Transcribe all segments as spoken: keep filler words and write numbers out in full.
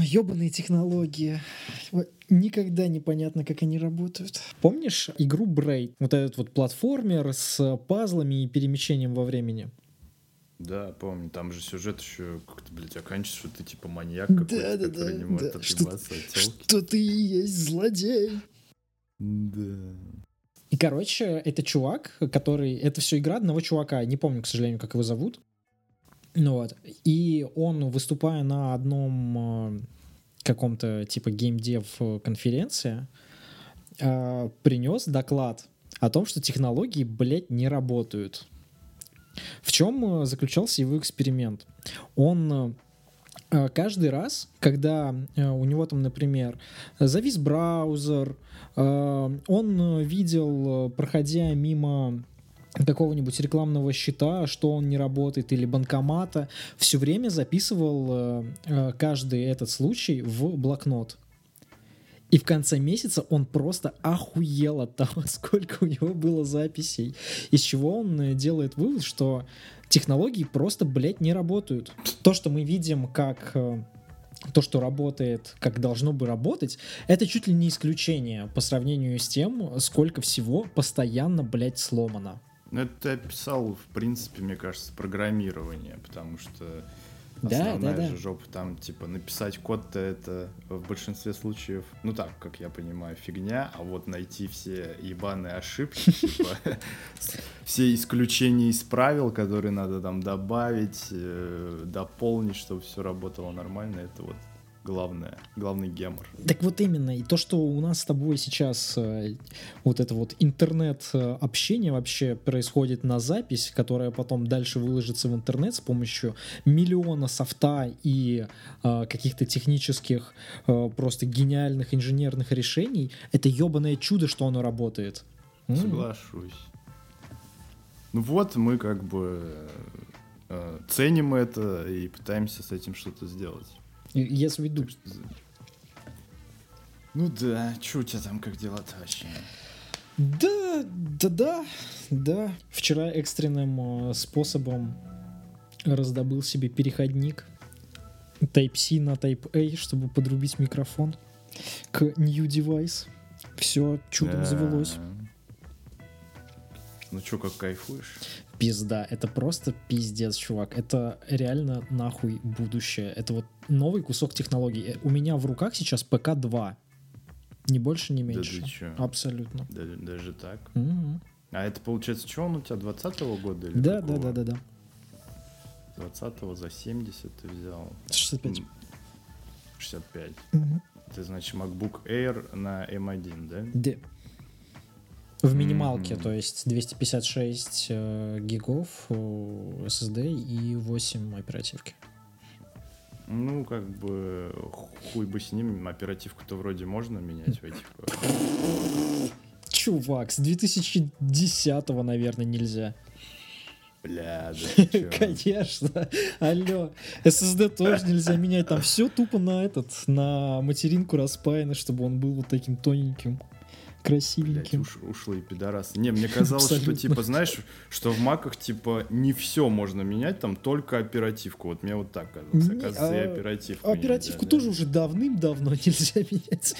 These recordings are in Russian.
Ой, ёбаные технологии. Вот никогда непонятно, как они работают. Помнишь игру Braid? Вот этот вот платформер с пазлами и перемещением во времени. Да, помню, там же сюжет еще как-то, блядь, оканчивается, что ты типа маньяк какой-то, Да, да, который да, не может да. отъебаться от телки. Что ты и есть злодей. Да. И, короче, это чувак, который... Это все игра одного чувака. Не помню, к сожалению, как его зовут. Ну вот. И он, выступая на одном э, каком-то типа геймдев конференции, э, принес доклад о том, что технологии, блядь, не работают. В чем заключался его эксперимент? Он э, каждый раз, когда э, у него там, например, завис браузер, э, он видел, проходя мимо какого-нибудь рекламного щита, что он не работает, или банкомата, все время записывал э, э, каждый этот случай в блокнот. И в конце месяца он просто охуел от того, сколько у него было записей. Из чего он делает вывод, что технологии просто, блядь, не работают. То, что мы видим как... э, то, что работает, как должно бы работать, это чуть ли не исключение по сравнению с тем, сколько всего постоянно, блядь, сломано. Ну, это ты описал, в принципе, мне кажется, программирование, потому что Да, основная да, да. же жопа там, типа, написать код-то это в большинстве случаев, ну так, как я понимаю, фигня, а вот найти все ебаные ошибки, типа, все исключения из правил, которые надо там добавить, дополнить, чтобы все работало нормально, это вот главное, главный гемор. Так вот именно, и то, что у нас с тобой сейчас э, вот это вот интернет-общение вообще происходит на запись, которая потом дальше выложится в интернет с помощью миллиона софта и э, каких-то технических, э, просто гениальных инженерных решений, это ебаное чудо, что оно работает. Соглашусь. Ну вот, мы как бы э, ценим это и пытаемся с этим что-то сделать. Я сведу. Что... Ну да, что у тебя там, как дела-то вообще? Да, да, да, да. Вчера экстренным э, способом раздобыл себе переходник Type-C на Type-A, чтобы подрубить микрофон к New Device. Все чудом завелось. Ну чё, как кайфуешь? Пизда, это просто пиздец, чувак. Это реально нахуй будущее. Это вот новый кусок технологий. У меня в руках сейчас пэ ка два. Ни больше, ни меньше. Да ты чё? Абсолютно. Даже, даже так? Угу. А это получается, что он у тебя двадцатого года или Да, какого? да, да, да, да. двадцатого за семьдесят ты взял. шестьдесят пять. шестьдесят пять. Угу. Это значит MacBook Air на эм один, да? Да. В минималке, Mm-hmm. то есть двести пятьдесят шесть э, гигов э, эс эс ди и восемь оперативки. Ну, как бы, хуй бы с ним, оперативку-то вроде можно менять в этих... Чувак, с две тысячи десятого, наверное, нельзя. Бля, да ты чё? Конечно. Алло. эс эс ди тоже нельзя менять. Там все тупо на этот, на материнку распаяно, чтобы он был вот таким тоненьким, красивеньким. Блять, уш, ушлые пидорасы. Не, мне казалось, Абсолютно. Что, типа, знаешь, что в маках, типа, не все можно менять, там только оперативку. Вот мне вот так казалось. Не, Оказывается, а, и оперативку Оперативку нельзя, тоже да? уже давным-давно нельзя менять.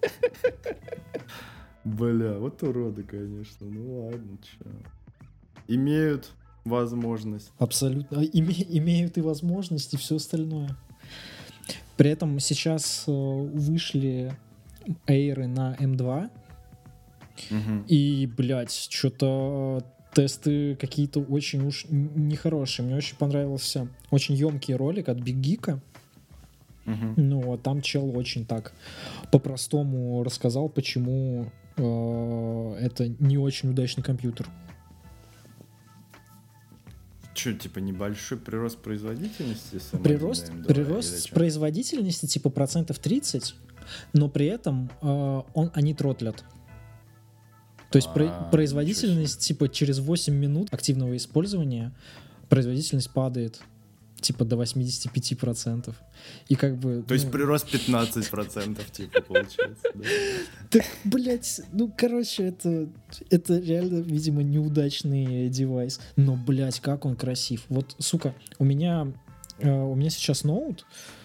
Бля, вот уроды, конечно. Ну ладно, чё. Имеют возможность. Абсолютно. Име, имеют и возможности, и все остальное. При этом сейчас э, вышли Air на эм два. Угу. И, блядь, что-то тесты какие-то очень уж нехорошие. Мне очень понравился очень емкий ролик от Big Geek. Угу. Ну, а там чел очень так по-простому рассказал, почему э, это не очень удачный компьютер. Че, типа небольшой прирост производительности? Прирост, прирост производительности типа процентов тридцать, но при этом э, он, они тротлят. То есть а, производительность типа через восемь минут активного использования производительность падает типа до восемьдесят пять процентов. И как бы... То ну... есть прирост пятнадцать процентов типа получается, да? Так, блядь, ну, короче, это, это реально, видимо, неудачный девайс. Но, блядь, как он красив. Вот, сука, у меня, э, у меня сейчас ноут,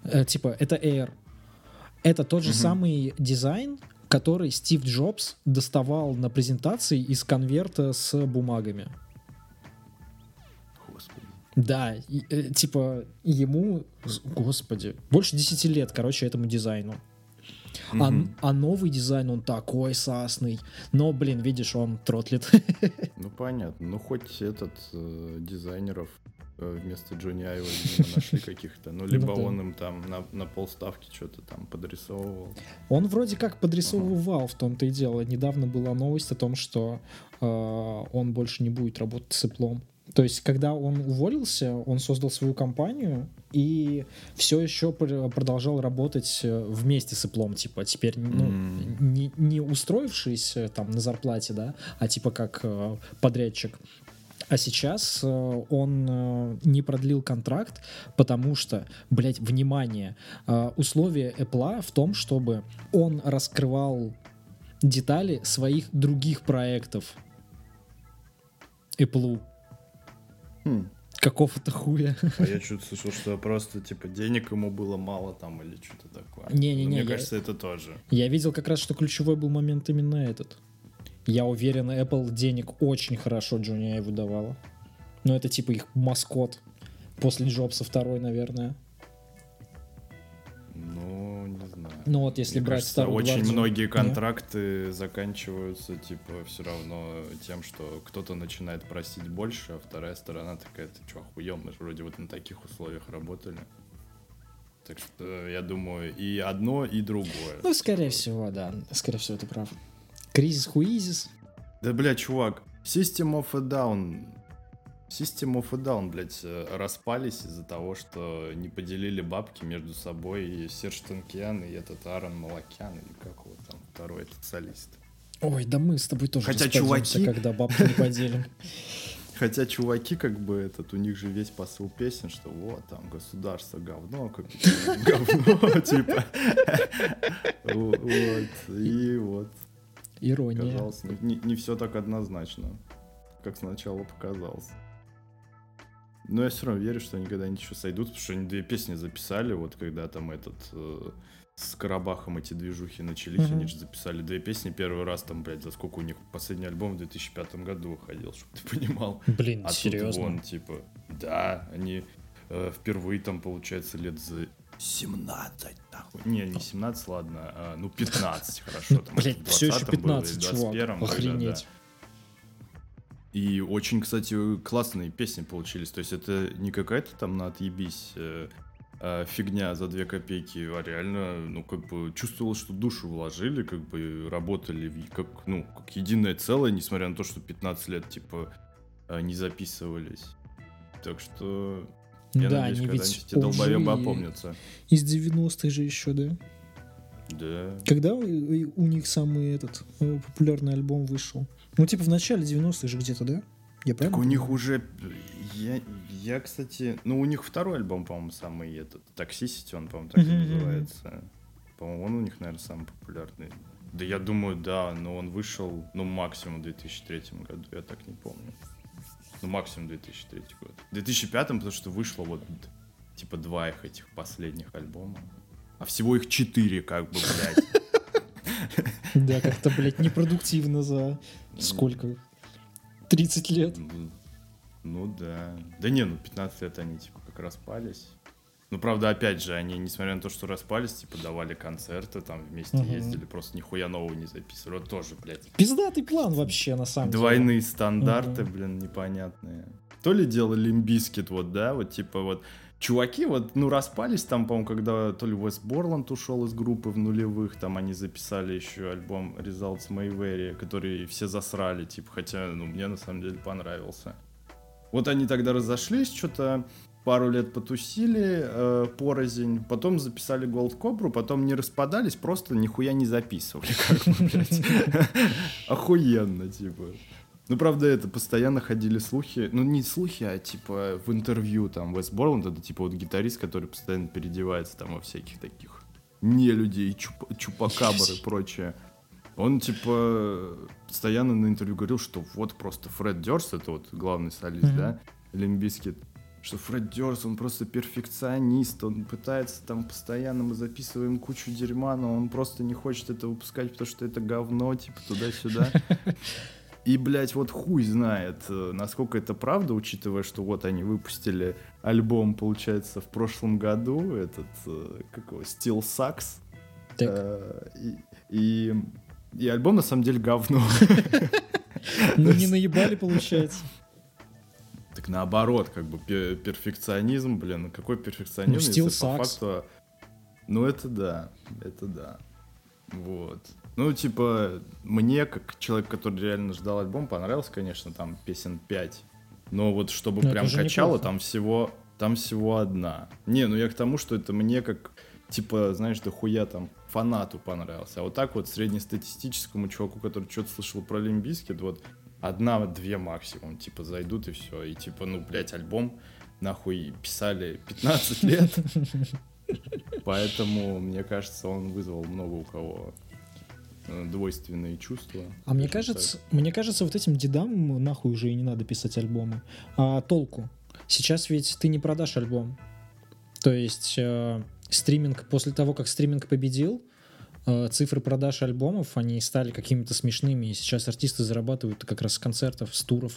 Э, типа, это Air. Это тот же Мгм. самый дизайн, который Стив Джобс доставал на презентации из конверта с бумагами. Господи. Да, и, э, типа, ему, с- господи, больше десяти лет, короче, этому дизайну. А, Мгм. а новый дизайн, он такой сасный. Но, блин, видишь, он тротлит. Ну понятно. Ну хоть этот э, дизайнеров э, вместо Джонни Айва, видимо, нашли каких-то. Ну, либо Ну да. он им там на, на полставки что-то там подрисовывал. Он вроде как подрисовывал, в том-то и дело. Недавно была новость о том, что э, он больше не будет работать с Apple. То есть, когда он уволился, он создал свою компанию и все еще пр- продолжал работать э, вместе с Apple. Типа, теперь ну, М. не, не устроившись э, там на зарплате, да, а типа как э, подрядчик. А сейчас э, он э, не продлил контракт, потому что, блядь, внимание, э, условие Apple в том, чтобы он раскрывал детали своих других проектов Apple. Хм. Какого-то хуя. А я что-то слышал, что просто, типа, денег ему было мало там или что-то такое. Не-не-не, Но мне я- кажется, это тоже. Я видел как раз, что ключевой был момент именно этот. Я уверен, Apple денег очень хорошо Джонни Айву давала. Но это типа их маскот. После Джобса второй, наверное. Ну, не знаю. Ну вот, если Мне брать кажется, старую очень гвардию. многие Не? контракты заканчиваются, типа, все равно тем, что кто-то начинает просить больше, а вторая сторона такая: ты что, охуел, мы же вроде вот на таких условиях работали. Так что я думаю, и одно, и другое. Ну, скорее всего, да. Скорее всего, ты прав. Кризис-хуизис. Да, бля, чувак, System of a Down, System of a Down, блядь, э, распались из-за того, что не поделили бабки между собой и Серж Танкиан, и этот Аарон Малакян, или как его там, второй этот солист. Ой, да мы с тобой тоже Хотя распадемся, чуваки- когда бабки не поделим. Хотя чуваки, как бы, этот, у них же весь посыл песен, что вот, там, государство говно, капитализм говно, типа. Вот, и вот, Ирония. казалось, не, не все так однозначно, как сначала показалось. Но я все равно верю, что они когда-нибудь еще сойдут, потому что они две песни записали, вот когда там этот э, с Карабахом эти движухи начались, Мгм. они же записали две песни первый раз, там, блядь, за сколько у них последний альбом в две тысячи пятом году выходил, чтобы ты понимал. Блин, А тут серьезно? вон, типа, да, они э, впервые там, получается, лет за семнадцать, нахуй. Не, не семнадцать, ладно, а, ну пятнадцать, хорошо. Там, Блять, в все еще двадцатом было, и в пятнадцать, двадцать чувак. первом, когда, Охренеть. да. И очень, кстати, классные песни получились. То есть это не какая-то там на отъебись э, э, фигня за две копейки, а реально, ну, как бы чувствовалось, что душу вложили, как бы работали в- как, ну, как единое целое, несмотря на то, что пятнадцать лет, типа, э, не записывались. Так что я Да, надеюсь, они когда-нибудь ведь эти долбоебы уже опомнятся. из девяностых же еще, да? Да. Когда у, у них самый этот э, популярный альбом вышел? Ну, типа в начале девяностых же где-то, да? Я правильно Так у них понимаю? уже... Я, я, кстати... Ну, у них второй альбом, по-моему, самый этот... Toxicity, он, по-моему, так и Мгм, мгм. называется. По-моему, он у них, наверное, самый популярный. Да я думаю, да, но он вышел, ну, максимум в две тысячи третьем году, я так не помню. Ну, максимум две тысячи третий год. В две тысячи пятом, потому что вышло вот, типа, два их этих последних альбома. А всего их четыре, как бы, блядь. Да, как-то, блядь, непродуктивно за сколько? тридцать лет. Ну, ну да. Да не, ну пятнадцать лет они типа как распались. Ну, правда, опять же, они, несмотря на то, что распались, типа давали концерты, там вместе Мгм. ездили, просто нихуя нового не записывали. Вот тоже, блядь. Пиздатый план вообще, на самом деле. Двойные стандарты, Мгм. блин, непонятные. То ли дело Лимбискет, вот, да, вот типа вот чуваки вот, ну, распались там, по-моему, когда то ли Уэст Борланд ушел из группы в нулевых, там они записали еще альбом Results Mayberry, который все засрали, типа, хотя, ну, мне на самом деле понравился. Вот они тогда разошлись, что-то пару лет потусили э, порознь, потом записали Gold Cobra, потом не распадались, просто нихуя не записывали, как бы, блядь. Охуенно, типа. Ну, правда, это, постоянно ходили слухи, ну, не слухи, а, типа, в интервью, там, Уэст Борланд, это, типа, вот гитарист, который постоянно переодевается, там, во всяких таких нелюдей, чуп- чупакабры и прочее. Он, типа, постоянно на интервью говорил, что вот просто Фред Дёрст, это вот главный солист, Мгм. да, Лимп Бизкит, что Фред Дёрст, он просто перфекционист, он пытается там постоянно, мы записываем кучу дерьма, но он просто не хочет это выпускать, потому что это говно, типа туда-сюда. И, блядь, вот хуй знает, насколько это правда, учитывая, что вот они выпустили альбом, получается, в прошлом году, этот, как его, Still Sucks. Э, и, и, и альбом, на самом деле, говно. Ну, не наебали, получается. Так наоборот, как бы перфекционизм, блин, какой перфекционизм, ну, Still если Sucks. по факту... Ну, это да, это да. Вот. Ну, типа, мне, как человек, который реально ждал альбом, понравился, конечно, там песен пять. Но вот чтобы Но прям качало, там всего, там всего одна. Не, ну я к тому, что это мне как, типа, знаешь, дохуя там фанату понравился. А вот так вот среднестатистическому чуваку, который что-то слышал про Limp Bizkit, вот одна-две максимум, типа, зайдут и все. И типа, ну, блядь, альбом нахуй писали пятнадцать лет. Поэтому, мне кажется, он вызвал много у кого двойственные чувства. А мне кажется, так. мне кажется, вот этим дедам нахуй уже и не надо писать альбомы. А толку? Сейчас ведь ты не продашь альбом. То есть э, стриминг, после того, как стриминг победил, э, цифры продаж альбомов, они стали какими-то смешными, и сейчас артисты зарабатывают как раз с концертов, с туров.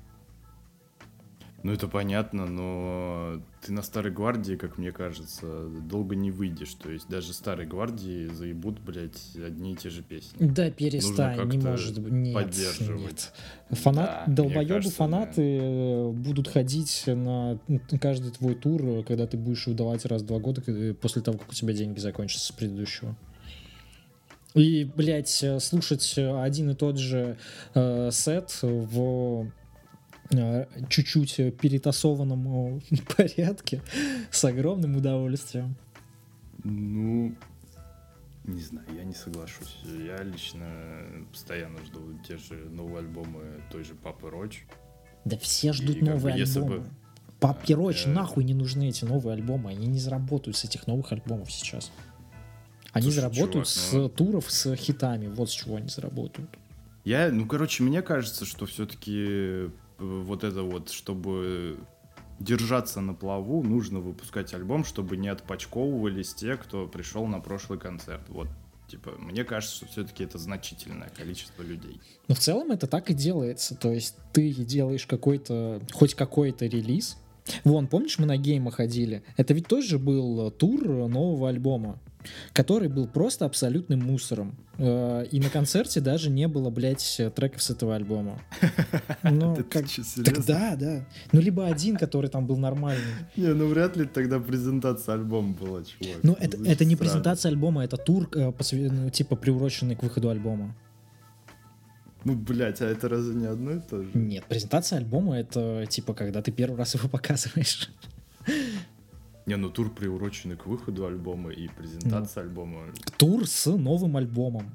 Ну, это понятно, но ты на Старой Гвардии, как мне кажется, долго не выйдешь. То есть даже Старой Гвардии заебут, блядь, одни и те же песни. Да перестань, не может быть. Нет, поддерживать. Нет. Фанат, да, долбоебы фанаты да. будут ходить на каждый твой тур, когда ты будешь выдавать раз в два года, после того, как у тебя деньги закончатся с предыдущего. И, блядь, слушать один и тот же э, сет в... чуть-чуть перетасованном порядке с огромным удовольствием. Ну, не знаю, я не соглашусь. Я лично постоянно жду те же новые альбомы той же Папы Роч. Да все ждут и, новые бы, альбомы. Бы... Папе Роч, я... нахуй не нужны эти новые альбомы. Они не заработают с этих новых альбомов сейчас. Они Слушай, заработают чувак, с ну... туров с хитами. Вот с чего они заработают. Я, ну, короче, мне кажется, что все-таки вот это вот, чтобы держаться на плаву, нужно выпускать альбом, чтобы не отпочковывались те, кто пришел на прошлый концерт. Вот, типа, мне кажется, что все-таки это значительное количество людей. Но в целом это так и делается. То есть ты делаешь какой-то, хоть какой-то релиз. Вон, помнишь, мы на Гейма ходили? Это ведь тоже был тур нового альбома, который был просто абсолютным мусором. И на концерте даже не было, блядь, треков с этого альбома. Ну, как... Так да, да. Ну, либо один, который там был нормальный. Не, ну вряд ли тогда презентация альбома была, чувак. Ну, это, это не презентация альбома, это тур, посвя... типа, приуроченный к выходу альбома. Ну, блядь, а это разве не одно и то же? Нет, презентация альбома — это, типа, когда ты первый раз его показываешь. Не, ну тур приуроченный к выходу альбома и презентация ну, альбома. Тур с новым альбомом.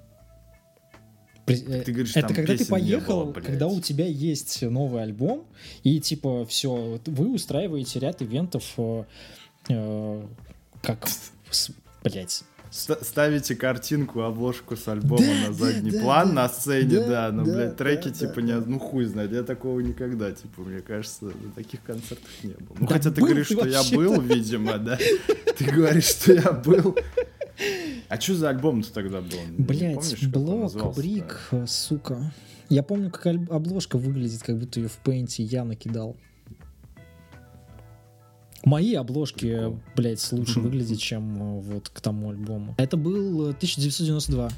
Ты говоришь, это когда ты поехал, было, когда у тебя есть новый альбом, и типа все, вы устраиваете ряд ивентов, э, э, как, блять. Ставите картинку, обложку с альбома да, на задний да, план да, на сцене, да, да но, да, блядь, треки, да, типа, да, не, ну хуй знает, я такого никогда, типа, мне кажется, на таких концертах не было. Ну, да хотя ты говоришь, ты что я был, видимо, да, ты говоришь, что я был. А что за альбом-то тогда был? Блядь, блок, брик, сука. Я помню, как обложка выглядит, как будто ее в пейнте я накидал. Мои обложки, Прикол. блядь, лучше выглядят, чем вот к тому альбому. Это был тысяча девятьсот девяносто два.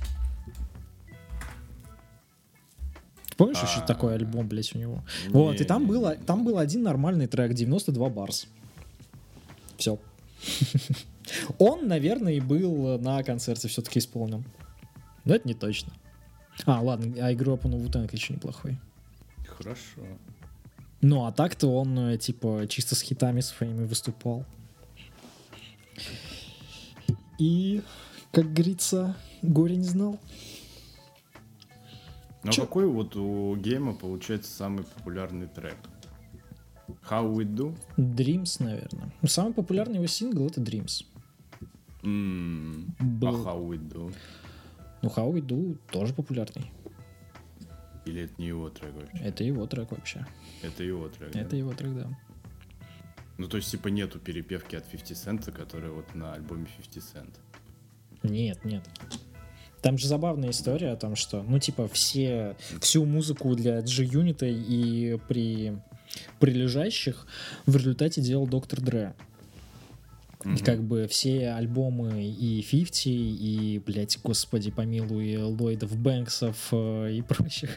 Помнишь, еще такой альбом, блядь, у него? Вот, и там было, там был один нормальный трек, девяносто два барс. Все. Он, наверное, и был на концерте все-таки исполнен. Но это не точно. А, ладно, I Grew Up on a Wu-Tang еще неплохой. Хорошо. Ну, а так-то он, типа, чисто с хитами своими выступал. И, как говорится, горе не знал. Ну, а какой вот у Гейма получается самый популярный трек? How We Do? Dreams, наверное. Ну, самый популярный его сингл — это Dreams. Mm, Был... А How We Do? Ну, How We Do тоже популярный. Или это не его трек вообще? Это его трек вообще. Это его трек, Это да? его трек, да. Ну, то есть, типа, нету перепевки от фифти Cent, которая вот на альбоме фифти Cent. Нет, нет. Там же забавная история о том, что, ну, типа, все, всю музыку для G-Unit и при прилежащих в результате делал доктор Dre. И как бы все альбомы и фифти, и, блядь, господи помилуй, Ллойдов Бэнксов э, и прочих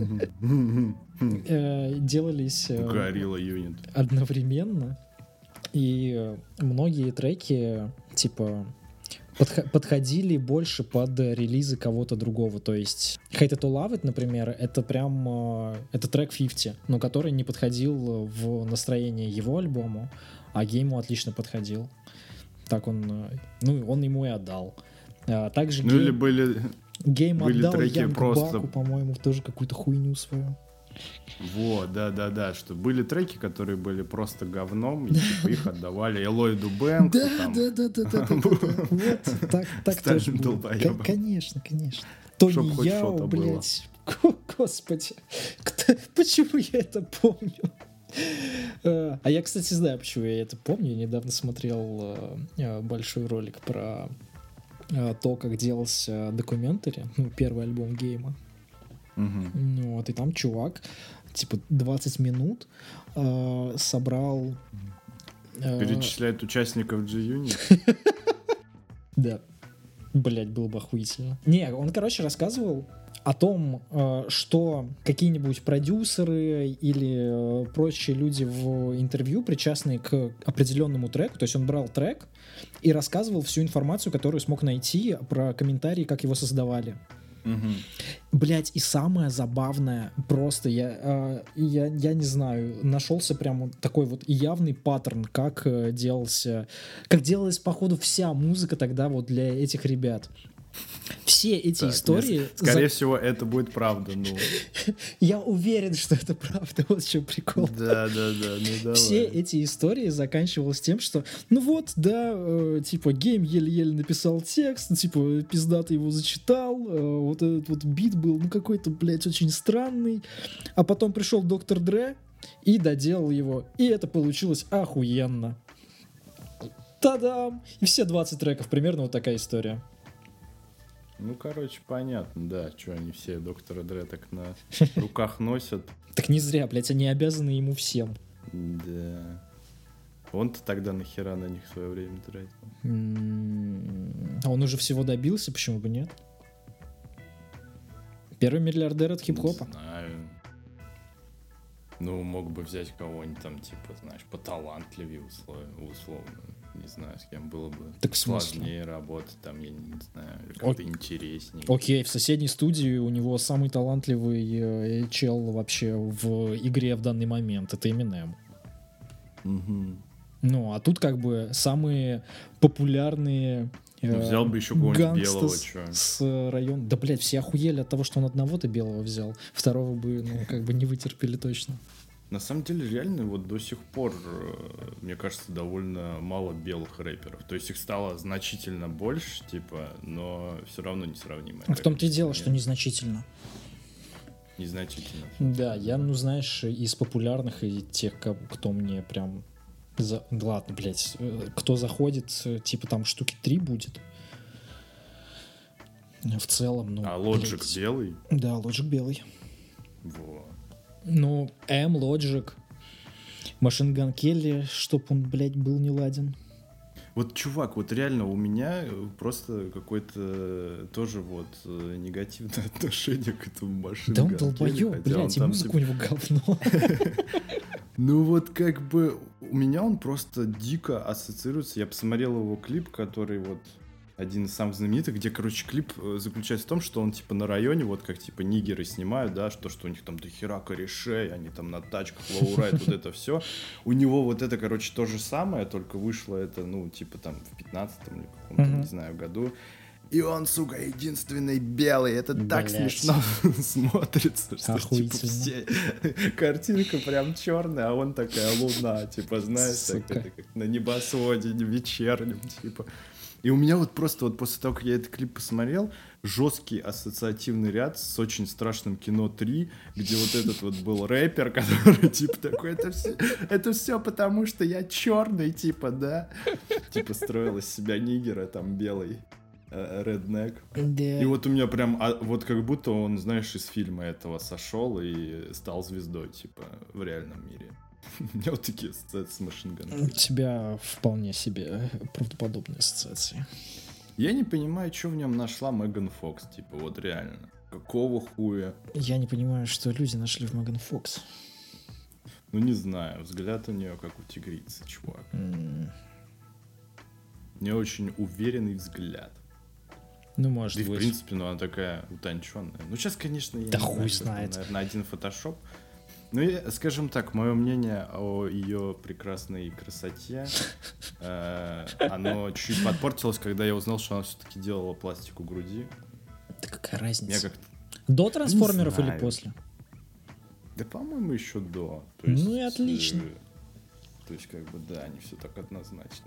э, делались э, Gorilla Unit. одновременно. И э, многие треки, типа, подх- подходили больше под релизы кого-то другого. То есть Hate It or Love It, например, это прям э, это трек фифти, но который не подходил в настроение его альбому, а гейму отлично подходил. Так он, э, ну, он ему и отдал. А также Ну гейм, или были, гейм были отдал треки Янг просто... Баку, по-моему, тоже какую-то хуйню свою. Вот, да-да-да, что были треки, которые были просто говном, и типа их отдавали Эллойду Бэнксу, Да, там... да, да, да, да, да, да. Вот, так, так тоже Стальным было. долбоебом. К- Конечно, конечно. Чтоб Тони хоть Яо, что-то было. блядь. Го- Господи. Кто- Почему я это помню? Э, А я, кстати, знаю, почему я это помню. Я недавно смотрел э, э, большой ролик про э, то, как делался документари, ну, первый альбом гейма. Мгм. Ну, вот, и там чувак, типа, двадцать минут э, собрал... э, Перечисляет участников G-Unit. Да. Блять, было бы охуительно. Не, он, короче, рассказывал о том, э, что какие-нибудь продюсеры или э, прочие люди в интервью, причастные к определенному треку, то есть он брал трек и рассказывал всю информацию, которую смог найти про комментарии, как его создавали. Мгм. Блять, и самое забавное, просто я, э, я, я не знаю, нашелся прям вот такой вот явный паттерн, как э, делался, как делалась, походу, вся музыка тогда вот для этих ребят. Все эти Так, истории... нет, Скорее всего, это будет правда, ну. Я уверен, что это правда, вот в чем прикол. Да-да-да, ну давай. Все эти истории заканчивалось тем, что, ну вот, да, э, типа, гейм еле-еле написал текст, ну, типа, пиздато его зачитал, э, вот этот вот бит был, ну, какой-то, блядь, очень странный, а потом пришел доктор Dre и доделал его, и это получилось охуенно. Та-дам! И все двадцать треков, примерно вот такая история. Ну, короче, понятно, да, что они все доктора Dre так на руках носят. Так не зря, блядь, они обязаны ему всем. Да. Он-то тогда нахера на них свое время тратил. М, А он уже всего добился, почему бы нет? Первый миллиардер от хип-хопа. Не знаю. Ну, мог бы взять кого-нибудь там, типа, знаешь, поталантливее условно, условно. Не знаю, с кем было бы Так в смысле? сложнее работать, там, я не знаю, или как-то Ок. интереснее. Окей, в соседней студии у него самый талантливый э, чел вообще в игре в данный момент. Это Eminem. Мгм. Ну, а тут как бы самые популярные э, Ну, взял бы еще какого-нибудь гангстас белого, чё. с района. Да, блядь, все охуели от того, что он одного-то белого взял. Второго бы, ну, как бы не вытерпели точно. На самом деле, реально, вот до сих пор, э, мне кажется, довольно мало белых рэперов. То есть их стало значительно больше, типа, но все равно несравнимо. В том-то и дело, что незначительно. Незначительно. Да, я, ну, знаешь, из популярных и тех, ко- кто мне прям... За... да ладно, блядь. э, Кто заходит, э, типа там штуки три будет. В целом, ну... А Logic блядь. белый? Да, Logic белый. Вот. Ну, M, Logic, Machine Gun Kelly, чтоб он, блядь, был не ладен. Вот, чувак, вот реально у меня э, просто какое-то тоже вот э, негативное отношение к этому машину. Да он долбоёб, блядь, и музыка у него говно. Ну вот как бы у меня он просто дико ассоциируется. Я посмотрел его клип, который вот один из самых знаменитых, где, короче, клип э, заключается в том, что он типа на районе, вот как типа нигеры снимают, да, что, что у них там дохера корешей, они там на тачках лоурайд, вот это все. У него вот это, короче, то же самое, только вышло это, ну, типа там в пятнадцатом или каком-то, Мгм. не знаю, году. И он, сука, единственный белый. Это так Блядь. смешно смотрится, что типа Охуительно. все картинка прям черная, а он такая луна, типа, знаешь, так, Сука. это как на небосводе вечернем, типа. И у меня вот просто вот после того, как я этот клип посмотрел, жесткий ассоциативный ряд с очень страшным кино три, где вот этот вот был рэпер, который типа такой, это все, это все потому, что я черный, типа, да? Типа строил из себя нигера, там белый реднек. Да. И вот у меня прям, а, вот как будто он, знаешь, из фильма этого сошел и стал звездой, типа, в реальном мире. У меня вот такие ассоциации с Machine Gun Kelly. У тебя вполне себе правдоподобные ассоциации. Я не понимаю, что в нем нашла Меган Фокс, типа, вот реально. Какого хуя? Я не понимаю, что люди нашли в Меган Фокс. Ну, не знаю, взгляд у нее как у тигрицы, чувак. Mm. У нее очень уверенный взгляд. Ну, может Да и, быть. в принципе, ну, она такая утонченная. Ну, сейчас, конечно, я Да не хуй знаю, знает. это, наверное, один фотошоп. Ну, и, скажем так, мое мнение о ее прекрасной красоте, э, оно чуть подпортилось, когда я узнал, что она все-таки делала пластику груди. Да какая Я разница? как-то... До трансформеров или знаю. после? Да, по-моему, еще до. То Ну есть, и отлично. э, то есть, как бы, да, не все так однозначно.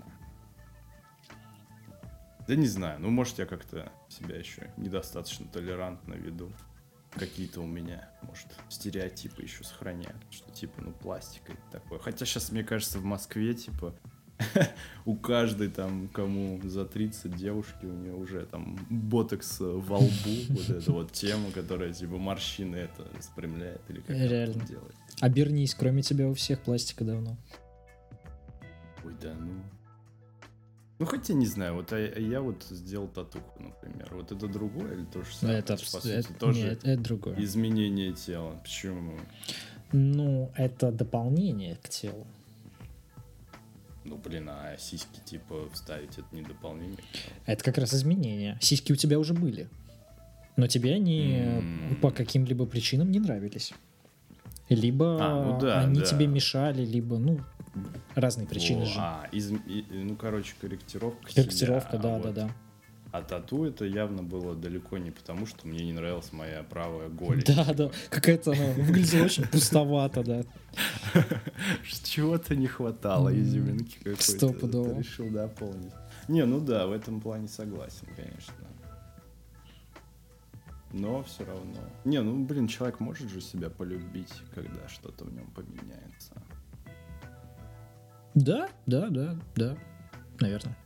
Да не знаю, ну, может, я как-то себя еще недостаточно толерантно веду. Какие-то у меня, может, стереотипы еще сохраняют, что типа, ну, пластика и такое. Хотя сейчас, мне кажется, в Москве, типа, у каждой там, кому за тридцать девушки, у нее уже там ботокс во лбу, вот эта вот тема, которая, типа, морщины это распрямляет или как Реально. это делает. Обернись, кроме тебя у всех пластика давно. Ой, да ну. Ну, хотя не знаю, вот а, я вот сделал татуху, например. Вот это другое или то же самое? Это, По абс- сути, это- тоже нет, это другое. изменение тела. Почему? Ну, это дополнение к телу. Ну, блин, а сиськи, типа, вставить, это не дополнение? Это как раз изменение. Сиськи у тебя уже были. Но тебе они М. по каким-либо причинам не нравились. Либо А, ну да, они да. тебе мешали, либо, ну, разные причины Во, же. а, из- и- ну, короче, корректировка. Корректировка, себя, да, а да, вот- да. А тату это явно было далеко не потому, что мне не нравилась моя правая голень. Да, да. Какая-то она выглядела очень пустовато, да. Чего-то не хватало, М, изюминки какой-то. стопудово. Ты решил дополнить. Не, ну да, в этом плане согласен, конечно. Но все равно. Не, ну блин, человек может же себя полюбить, когда что-то в нем поменяется. Да, да, да, да. Наверное.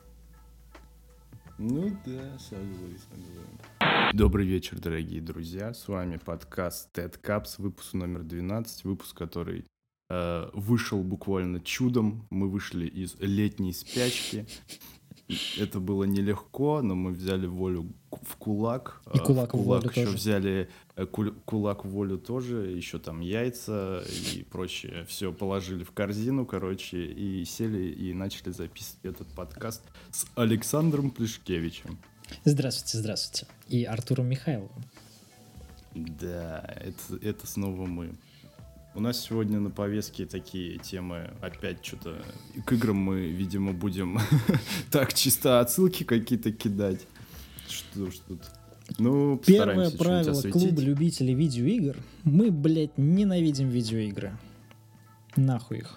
Ну да, согласен, согласен. Добрый вечер, дорогие друзья. С вами подкаст Ted Caps, выпуск номер двенадцать, выпуск, который э, вышел буквально чудом. Мы вышли из летней спячки. Это было нелегко, но мы взяли волю в кулак. И Э, кулак в волю еще тоже. взяли э, куль- кулак в волю тоже, еще там яйца и прочее. Все положили в корзину, короче, и сели и начали записывать этот подкаст с Александром Плешкевичем. Здравствуйте, здравствуйте. И Артуром Михайловым. Да, это, это снова мы. У нас сегодня на повестке такие темы, опять что-то, к играм мы, видимо, будем так чисто отсылки какие-то кидать. Что ж тут? Ну, Первое постараемся что-нибудь правило осветить. клуба любителей видеоигр. Мы, блядь, ненавидим видеоигры. Нахуй их.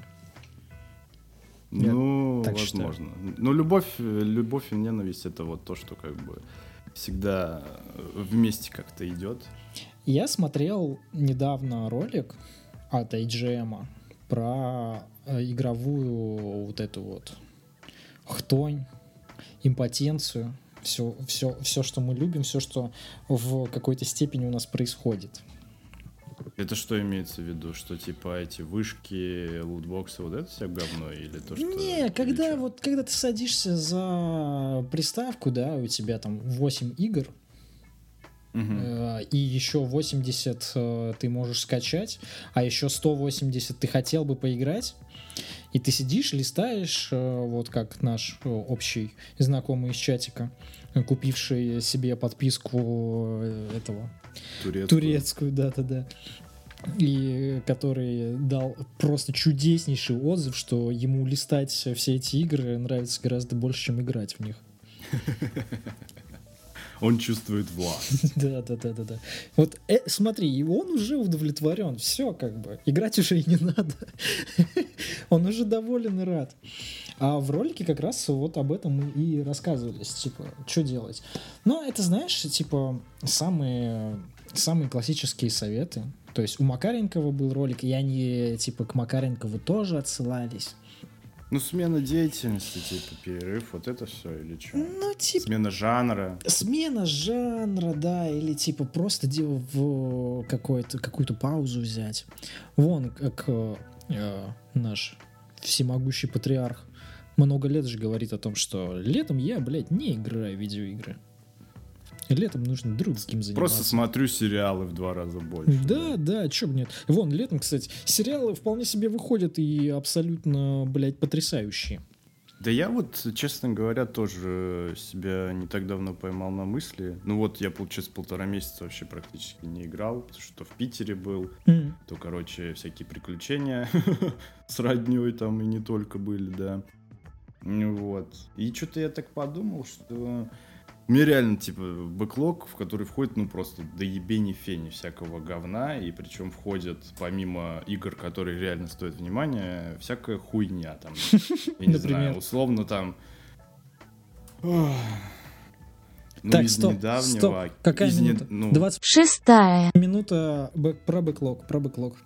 Ну, так считаю. возможно. Но любовь, любовь и ненависть — это вот то, что как бы всегда вместе как-то идет. Я смотрел недавно ролик от эй джи эм про э, игровую вот эту вот хтонь, импотенцию, все, все, все, что мы любим, все, что в какой-то степени у нас происходит. Это что имеется в виду? Что типа эти вышки, лутбоксы, вот это все говно? Или то, что... Не, или когда чё? вот когда ты садишься за приставку, да, у тебя там восемь игр, Мгм. э, и еще восемьдесят э, ты можешь скачать, а еще сто восемьдесят ты хотел бы поиграть, и ты сидишь, листаешь, э, вот как наш э, общий знакомый из чатика, э, купивший себе подписку э, этого Турецкую. турецкую, да-да-да, и который дал просто чудеснейший отзыв, что ему листать все эти игры нравится гораздо больше, чем играть в них. Он чувствует власть. Да-да-да-да-да. Вот э, смотри, и он уже удовлетворен, все как бы, играть уже и не надо. Он уже доволен и рад. А в ролике как раз вот об этом мы и рассказывались, типа, что делать. Но это, знаешь, типа, самые, самые классические советы. То есть у Макаренкова был ролик, и они, типа, к Макаренкову тоже отсылались. Ну, смена деятельности, типа, перерыв, вот это все, или что? Ну, типа... Смена жанра. Смена жанра, да, или, типа, просто дело в какую-то, какую-то паузу взять. Вон, как э, наш всемогущий патриарх много лет же говорит о том, что летом я, блядь, не играю в видеоигры. Летом нужно другим заниматься. Просто смотрю сериалы в два раза больше. Да, да, да, чё бы нет. Вон, летом, кстати, сериалы вполне себе выходят и абсолютно, блядь, потрясающие. Да я вот, честно говоря, тоже себя не так давно поймал на мысли. Ну вот, я, получается, полтора месяца вообще практически не играл, потому что в Питере был, mm. то, короче, всякие приключения с роднёй там и не только были, да. Вот. И что-то я так подумал, что... У меня реально, типа, бэклог, в который входит, ну, просто доебени фени всякого говна, и причем входят, помимо игр, которые реально стоят внимания, всякая хуйня там. Я не знаю, условно там... Ну, так, из стоп, недавнего... стоп. Какая из минута? Не... Ну... двадцать шестая минута бэк... про бэклог, про бэклог.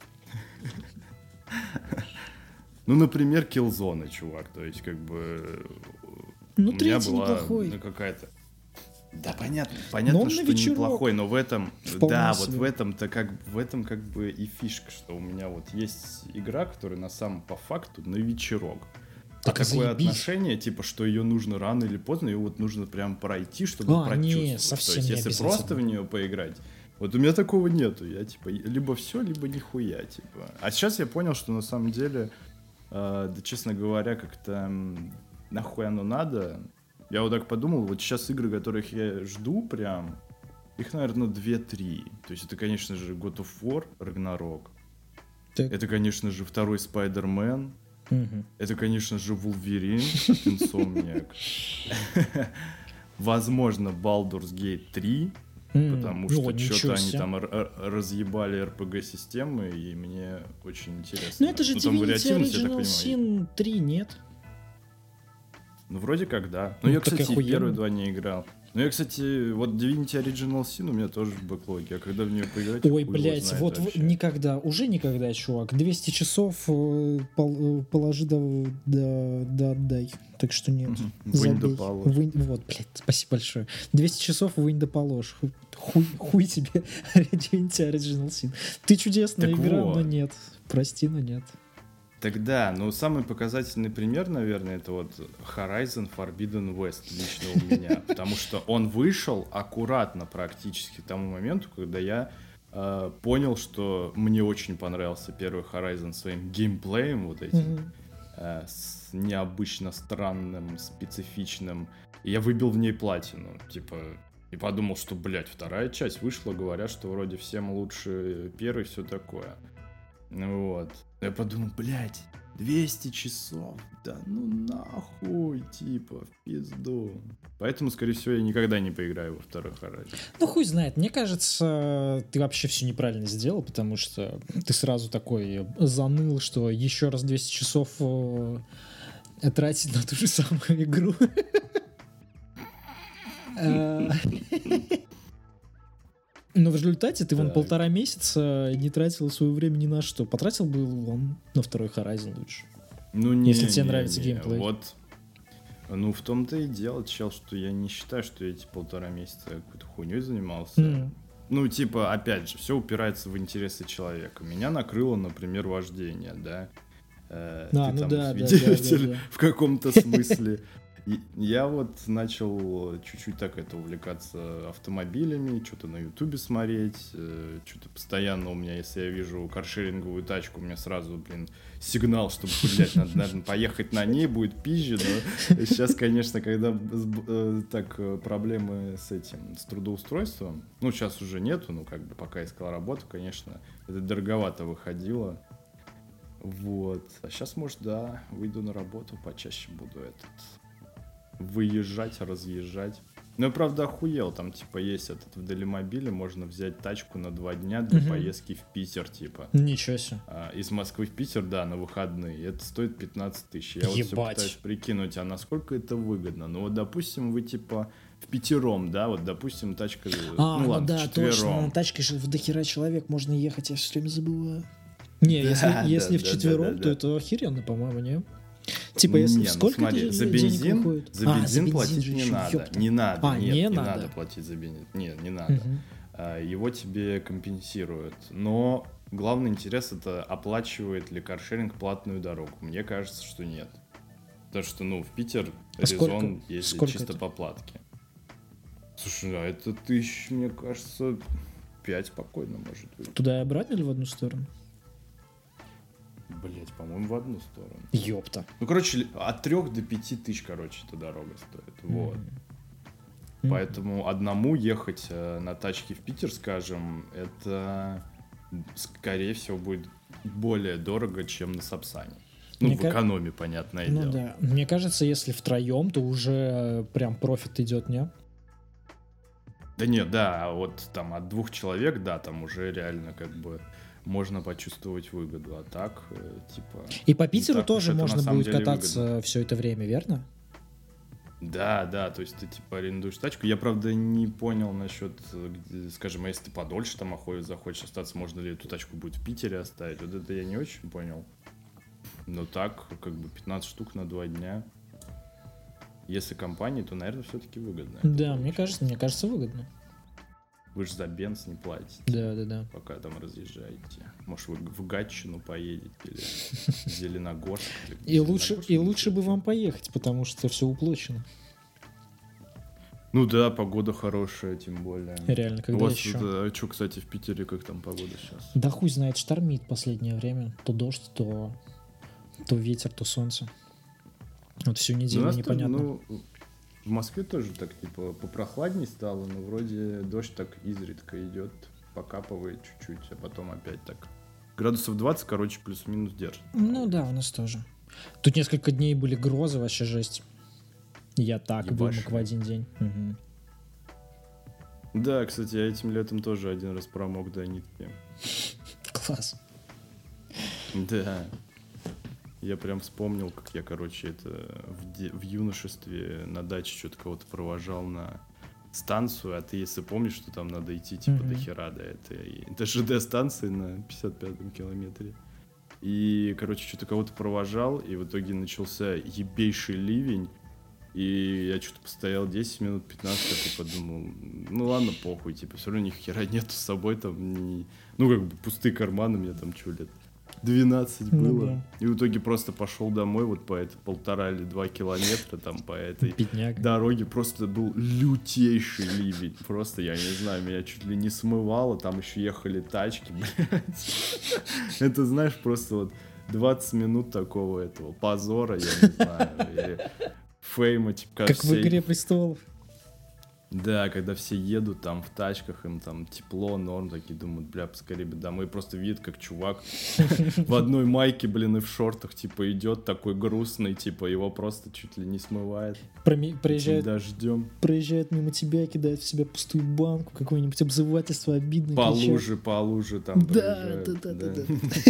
Ну, например, Killzone, чувак, то есть, как бы... Ну, у меня третий была неплохой. Ну, какая-то... Да, понятно, понятно, но что вечерок. Неплохой, но в этом... Вполне да, себе. вот в этом-то как, в этом как бы и фишка, что у меня вот есть игра, которая на самом по факту на вечерок. Так а такое заебись. отношение, типа, что ее нужно рано или поздно, ее вот нужно прям пройти, чтобы А, прочувствовать. не, совсем То есть, не если обязательно. просто в нее поиграть, вот у меня такого нету. Я, типа, либо все, либо нихуя, типа. А сейчас я понял, что на самом деле, э, да, честно говоря, как-то м, нахуй оно надо. Я вот так подумал, вот сейчас игры, которых я жду прям, их, наверное, две-три. То есть это, конечно же, God of War, Ragnarok. Так. Это, конечно же, второй Spider-Man. Мгм. Это, конечно же, Wolverine от Insomniac. Возможно, Baldur's Gate три, М, потому ну, что ничего что-то они себе. там р- р- разъебали эр пи джи-системы, и мне очень интересно. Ну это же Ну, там Divinity вариативность, я так Original понимаю. Sin три, нет? Ну, вроде как, да. Ну, Ну, я, так кстати, и охуенно. первые два не играл. Ну, я, кстати, вот Divinity Original Sin у меня тоже в бэклоге, а когда в нее поиграть, Ой, хуй его блядь, знает вот в- вообще. никогда, уже никогда, чувак. двести часов э, пол- э, положи да, да, да отдай. Так что нет. Мгм. Вынь да Забей. положь. Вынь- вот, блядь, спасибо большое. двести часов вынь да положь. Ху- Хуй, хуй тебе Divinity Original Sin. Ты чудесная Так игра, вот. но нет. Прости, но нет. Тогда, ну, самый показательный пример, наверное, это вот Horizon Forbidden West лично у меня, потому что он вышел аккуратно практически к тому моменту, когда я э, понял, что мне очень понравился первый Horizon своим геймплеем вот этим, Мгм. э, с необычно странным, специфичным, и я выбил в ней платину, типа, и подумал, что, блядь, вторая часть вышла, говорят, что вроде всем лучше первый, все такое. Ну вот. Я подумал, блядь, двести часов, да ну нахуй, типа, в пизду. Поэтому, скорее всего, я никогда не поиграю во второй Horizon. Ну, хуй знает. Мне кажется, ты вообще все неправильно сделал, потому что ты сразу такой заныл, что еще раз двести часов э, тратить на ту же самую игру. Э, Но в результате ты вон Так. полтора месяца не тратил свое время ни на что. Потратил бы вон на второй Horizon лучше. Ну, не, Если тебе не, нравится не, геймплей. Вот, ну, в том-то и дело, чел, что я не считаю, что я эти полтора месяца какой-то хуйней занимался. М. Ну, типа, опять же, все упирается в интересы человека. Меня накрыло, например, вождение, да. Э, А, ты ну там да, да, свидетель да, да, да. в каком-то смысле. И я вот начал чуть-чуть так это увлекаться автомобилями, что-то на ютубе смотреть, э, что-то постоянно у меня, если я вижу каршеринговую тачку, у меня сразу, блин, сигнал, чтобы, блядь, надо, наверное, поехать на ней, будет пизже, но сейчас, конечно, когда с- э, так э, проблемы с этим, с трудоустройством, ну, сейчас уже нету, ну, как бы, пока искал работу, конечно, это дороговато выходило, вот, а сейчас, может, да, выйду на работу, почаще буду этот... выезжать, разъезжать. Ну, я, правда, охуел. Там, типа, есть этот в Делимобиле, можно взять тачку на два дня для Мгм. поездки в Питер, типа. Ничего себе. А, из Москвы в Питер, да, на выходные. Это стоит пятнадцать тысяч. Я вот все Ебать. пытаюсь прикинуть, а насколько это выгодно. Ну, вот, допустим, вы, типа, в пятером, да, вот, допустим, тачка... А, ну, ну ладно, да, вчетвером. точно, на тачке же в дохера человек можно ехать, я все время забываю. Не, Да, если, да, если да, вчетвером, да, да, то да. это охеренно, по-моему, не? Типа, если Не, ну сколько смотри, это за денег бензин, выходит? за А, бензин платить же не еще, надо. ёпта. Не надо, А, нет, не не надо? надо платить за бензин. Нет, не надо. Мгм. А, Его тебе компенсируют. Но главный интерес это оплачивает ли каршеринг платную дорогу. Мне кажется, что нет. Потому что, ну, в Питер А сколько- резон ездить сколько чисто это? по платке. Слушай, а это тысяч, мне кажется, пять спокойно может быть. Туда и обратно или в одну сторону? Блять, по-моему, в одну сторону. Ёпта. Ну, короче, ли- от трех до пяти тысяч, короче, эта дорога стоит. Вот. Мгм. Поэтому одному ехать э, на тачке в Питер, скажем, это, скорее всего, будет более дорого, чем на Сапсане. Ну, Мне в ка- экономе, понятное Ну дело. да. Мне кажется, если втроем, то уже э, прям профит идет, не? Да нет, да, а вот там от двух человек, да, там уже реально как бы можно почувствовать выгоду. А так, э, типа... И по не Питеру так уж тоже это на можно самом будет деле кататься все это время, верно? Да, да, то есть ты типа арендуешь тачку. Я, правда, не понял насчет, э, где, скажем, а если ты подольше там охотишь, захочешь остаться, можно ли эту тачку будет в Питере оставить. Вот это я не очень понял. Но так, как бы пятнадцать штук на два дня. Если компания, то, наверное, все-таки выгодно. это Да, мне получается. кажется, мне кажется, выгодно. Вы же за бенз не платите, Да, да, да. пока там разъезжаете. Может, вы в Гатчину поедете или в Зеленогорск. или где И лучше, Зеленогорск, и ну, лучше бы чё? вам поехать, потому что все уплочено. Ну да, погода хорошая, тем более. Реально, У когда вас еще? это, что, кстати, в Питере, как там погода сейчас? Да хуй знает, штормит последнее время. То дождь, то, то ветер, то солнце. Вот всю Ну, у неделю нас тоже, непонятно. ну, в Москве тоже так, типа, попрохладней стало, но вроде дождь так изредка идет, покапывает чуть-чуть, а потом опять так. Градусов двадцать, короче, плюс-минус держит. Ну да, у нас тоже. Тут несколько дней были грозы, вообще жесть. Я так вымок Ебашили. в один день. Мгм. Да, кстати, я этим летом тоже один раз промок до нитки. Класс. Да. Я прям вспомнил, как я, короче, это в, де- в юношестве на даче что-то кого-то провожал на станцию, а ты, если помнишь, что там надо идти, типа, Мгм. до хера до этой до ЖД-станции на пятьдесят пятом километре. И, короче, что-то кого-то провожал, и в итоге начался ебейший ливень, и я что-то постоял десять минут, пятнадцать, такой подумал, ну ладно, похуй, типа, все равно ни хера нету с собой там, ни- ну, как бы пустые карманы, мне там что лет двенадцать Ну было. да. И в итоге просто пошел домой вот по этой полтора или два километра там по этой Бедняга. дороге. Просто был лютейший ливень. Просто, я не знаю, меня чуть ли не смывало. Там еще ехали тачки, блядь. Это, знаешь, просто вот двадцать минут такого этого позора, я не знаю. и Фейма, типа, Как в все- «Игре престолов». Да, когда все едут там в тачках, им там тепло, норм, такие думают, бля, поскорее бы домой. Просто видят, как чувак в одной майке, блин, и в шортах, типа, идет такой грустный, типа, его просто чуть ли не смывает. Проми- Этим Проезжает, дождем. проезжает мимо тебя, кидает в себя пустую банку, какое-нибудь обзывательство обидное. По кричат. луже, по луже там Да, проезжают, да, да, да,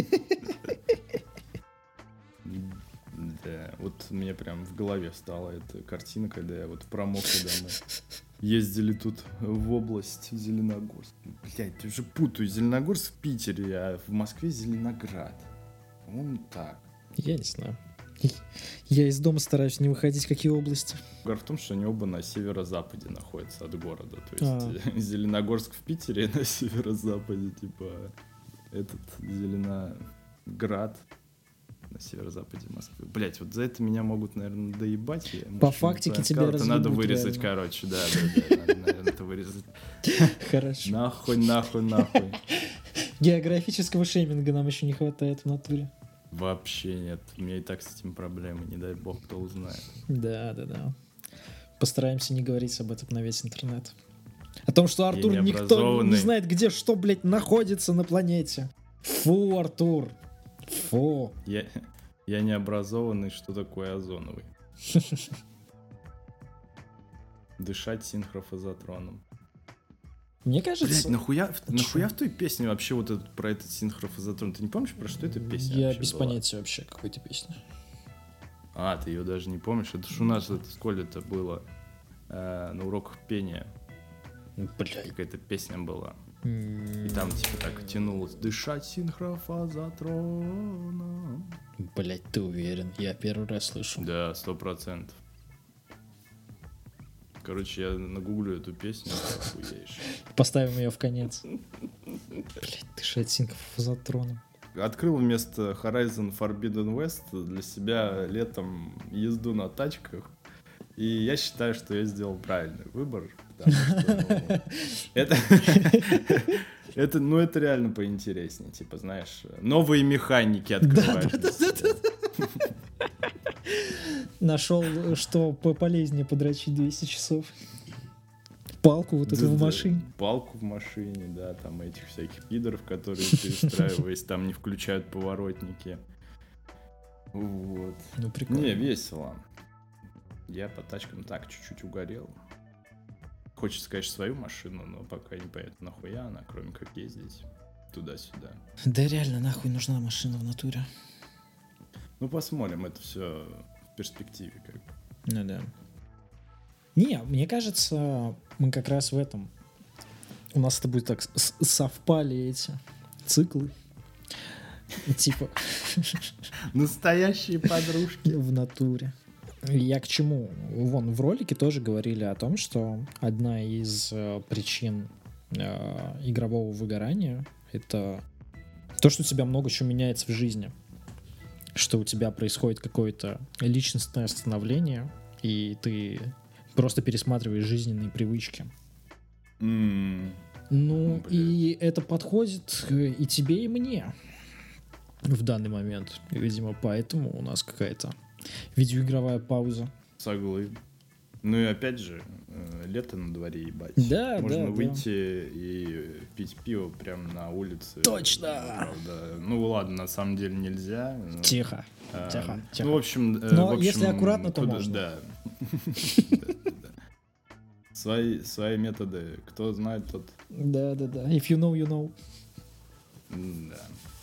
Да, вот мне прям в голове встала эта картина, когда я вот промок домой. Ездили тут в область Зеленогорск. Блять, я уже путаю. Зеленогорск в Питере, а в Москве Зеленоград. По-моему, так. Я не знаю. Я из дома стараюсь не выходить, в какие области. Угар в том, что они оба на северо-западе находятся от города. То А. есть Зеленогорск в Питере на северо-западе, типа этот Зеленоград на северо-западе Москвы. Блять, вот за это меня могут, наверное, доебать. Я, может, По не фактике правильно тебя сказал. Это надо разъебут, вырезать, реально. короче, да, да, да, надо, наверное, это вырезать. Хорошо. Нахуй, нахуй, нахуй. Географического шейминга нам еще не хватает в натуре. Вообще нет. У меня и так с этим проблемы. Не дай бог, кто узнает. Да, да, да. Постараемся не говорить об этом на весь интернет. О том, что Артур никто не необразованный. знает, где что, блядь, находится на планете. Фу, Артур. Фу. Я, я не образованный, что такое озоновый. Дышать синхрофазотроном. Мне кажется... Блять, нахуя, А нахуя чё? в той песне вообще вот этот, про этот синхрофазотрон? Ты не помнишь, про что эта песня Я вообще без была? понятия вообще, какой то песни. А, ты ее даже не помнишь? Это ж у нас это, в школе-то было э, на уроках пения. Блядь. Какая-то песня была. И там типа так тянулось. Дышать синхрофазотроном. Блять, ты уверен? Я первый раз слышу. Да, сто процентов. Короче, я нагуглю эту песню, охуеешь. Поставим ее в конец. Блять, дышать синхрофазотроном. Открыл вместо Horizon Forbidden West для себя летом езду на тачках. И я считаю, что я сделал правильный выбор. Потому что, ну, это, это, ну, это реально поинтереснее. Типа, знаешь, новые механики открываешь. для себя. Нашел, что по- полезнее подрочить двести часов. Палку вот эту в Да-да, машине. Палку в машине, да, там этих всяких пидоров, которые, перестраиваясь, там не включают поворотники. Вот. Ну, прикольно. Не, весело. Я по тачкам так чуть-чуть угорел. Хочется, конечно, свою машину, но пока не понятно, нахуя она, кроме как ездить туда-сюда. Да реально, нахуй нужна машина в натуре. Ну, посмотрим, это все в перспективе как бы. Ну да. Не, мне кажется, мы как раз в этом. У нас это будет так с- совпали эти циклы. Типа Настоящие подружки. в натуре. Я к чему? Вон, в ролике тоже говорили о том, что одна из э, причин э, игрового выгорания — это то, что у тебя много чего меняется в жизни. Что у тебя происходит какое-то личностное становление, и ты просто пересматриваешь жизненные привычки. М, Ну, Блядь. и это подходит э, и тебе, и мне в данный момент. И, видимо, поэтому у нас какая-то видеоигровая пауза. Согласен. Ну и опять же, э, лето на дворе, ебать. Да, Можно да, да. выйти и пить пиво прямо на улице. Точно! Правда. Ну ладно, на самом деле нельзя. но, Тихо, э, тихо, тихо. Ну, в общем... э, Но в общем, если аккуратно, то куда- можно. Да. Да-да-да. Свои, свои методы, кто знает, тот... Да-да-да. If you know, you know. Да.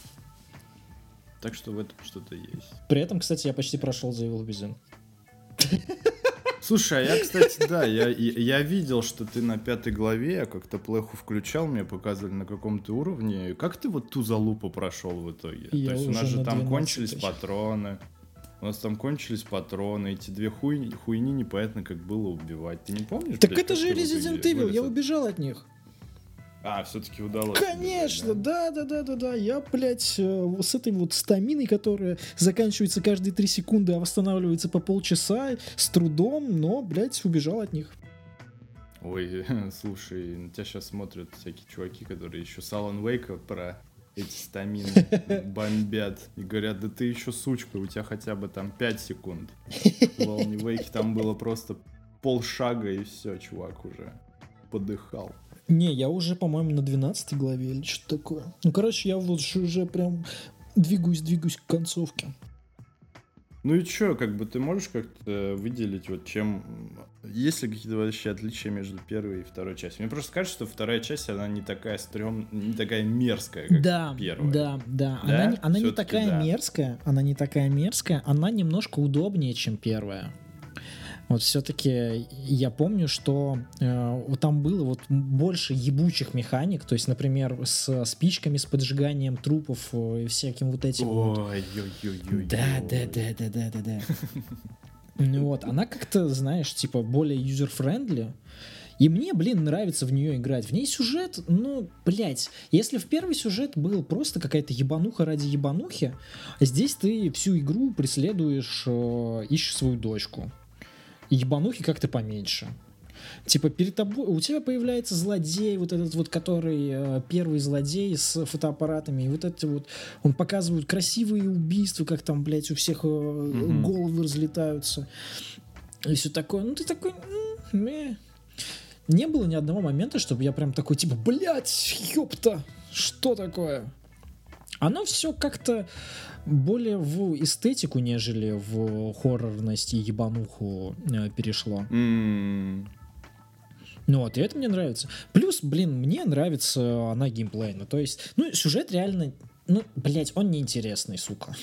Так что в этом что-то есть. При этом, кстати, я почти прошел The Evil Within. Слушай, а я, кстати, да, я, я, я видел, что ты на пятой главе, я как-то плеху включал, мне показывали на каком-то уровне. Как ты вот ту залупу прошел в итоге? Я То есть у нас уже же на там двенадцатой. кончились патроны. У нас там кончились патроны, эти две хуйни, хуйни непонятно, как было убивать. Ты не помнишь? Так блядь, это как же ты в Resident итоге Evil, я вылез? убежал от них. А, все-таки удалось. Конечно, убежать, да? да, да, да, да, да. Я, блядь, э, вот с этой вот стаминой, которая заканчивается каждые три секунды, а восстанавливается по полчаса, с трудом, но, блядь, убежал от них. Ой, слушай, на тебя сейчас смотрят всякие чуваки, которые еще с Alan Wake про эти стамины бомбят. И говорят, да ты еще сучка, у тебя хотя бы там пять секунд. В Alan Wake там было просто полшага и все, чувак уже подыхал. Не, я уже, по-моему, на двенадцатой главе или что-то такое. Ну, короче, я вот ж- уже прям двигаюсь, двигаюсь к концовке. Ну и чё, как бы ты можешь как-то выделить, вот чем... Есть ли какие-то вообще отличия между первой и второй частью? Мне просто кажется, что вторая часть, она не такая стрём... не такая мерзкая, как Да, первая. да, да. Да? Она, не- она не Всё-таки такая да. мерзкая, она не такая мерзкая, она немножко удобнее, чем первая. Вот все-таки я помню, что э, вот там было вот больше ебучих механик, то есть, например, с спичками, с поджиганием трупов э, и всяким вот этим вот. Ой-ой-ой-ой. Да, да, да, да, да, да, да. Ну вот, она как-то, знаешь, типа более юзер-френдли. И мне, блин, нравится в нее играть. В ней сюжет, ну, блядь, если в первый сюжет был просто какая-то ебануха ради ебанухи, здесь ты всю игру преследуешь, э, ищешь свою дочку. И ебанухи как-то поменьше. Типа перед тобой у тебя появляется злодей, вот этот вот, который э, первый злодей с фотоаппаратами, и вот эти вот, он показывает красивые убийства, как там, блядь, у всех э, Мгм. головы разлетаются. И все такое. Ну ты такой... м, мeh. Не было ни одного момента, чтобы я прям такой, типа, блядь, ёпта, что такое? Оно все как-то более в эстетику, нежели в хоррорность и ебануху э, перешло. М, Ну вот, и это мне нравится. Плюс, блин, мне нравится она геймплейно. То есть, ну, сюжет реально, ну, блять, он неинтересный, сука.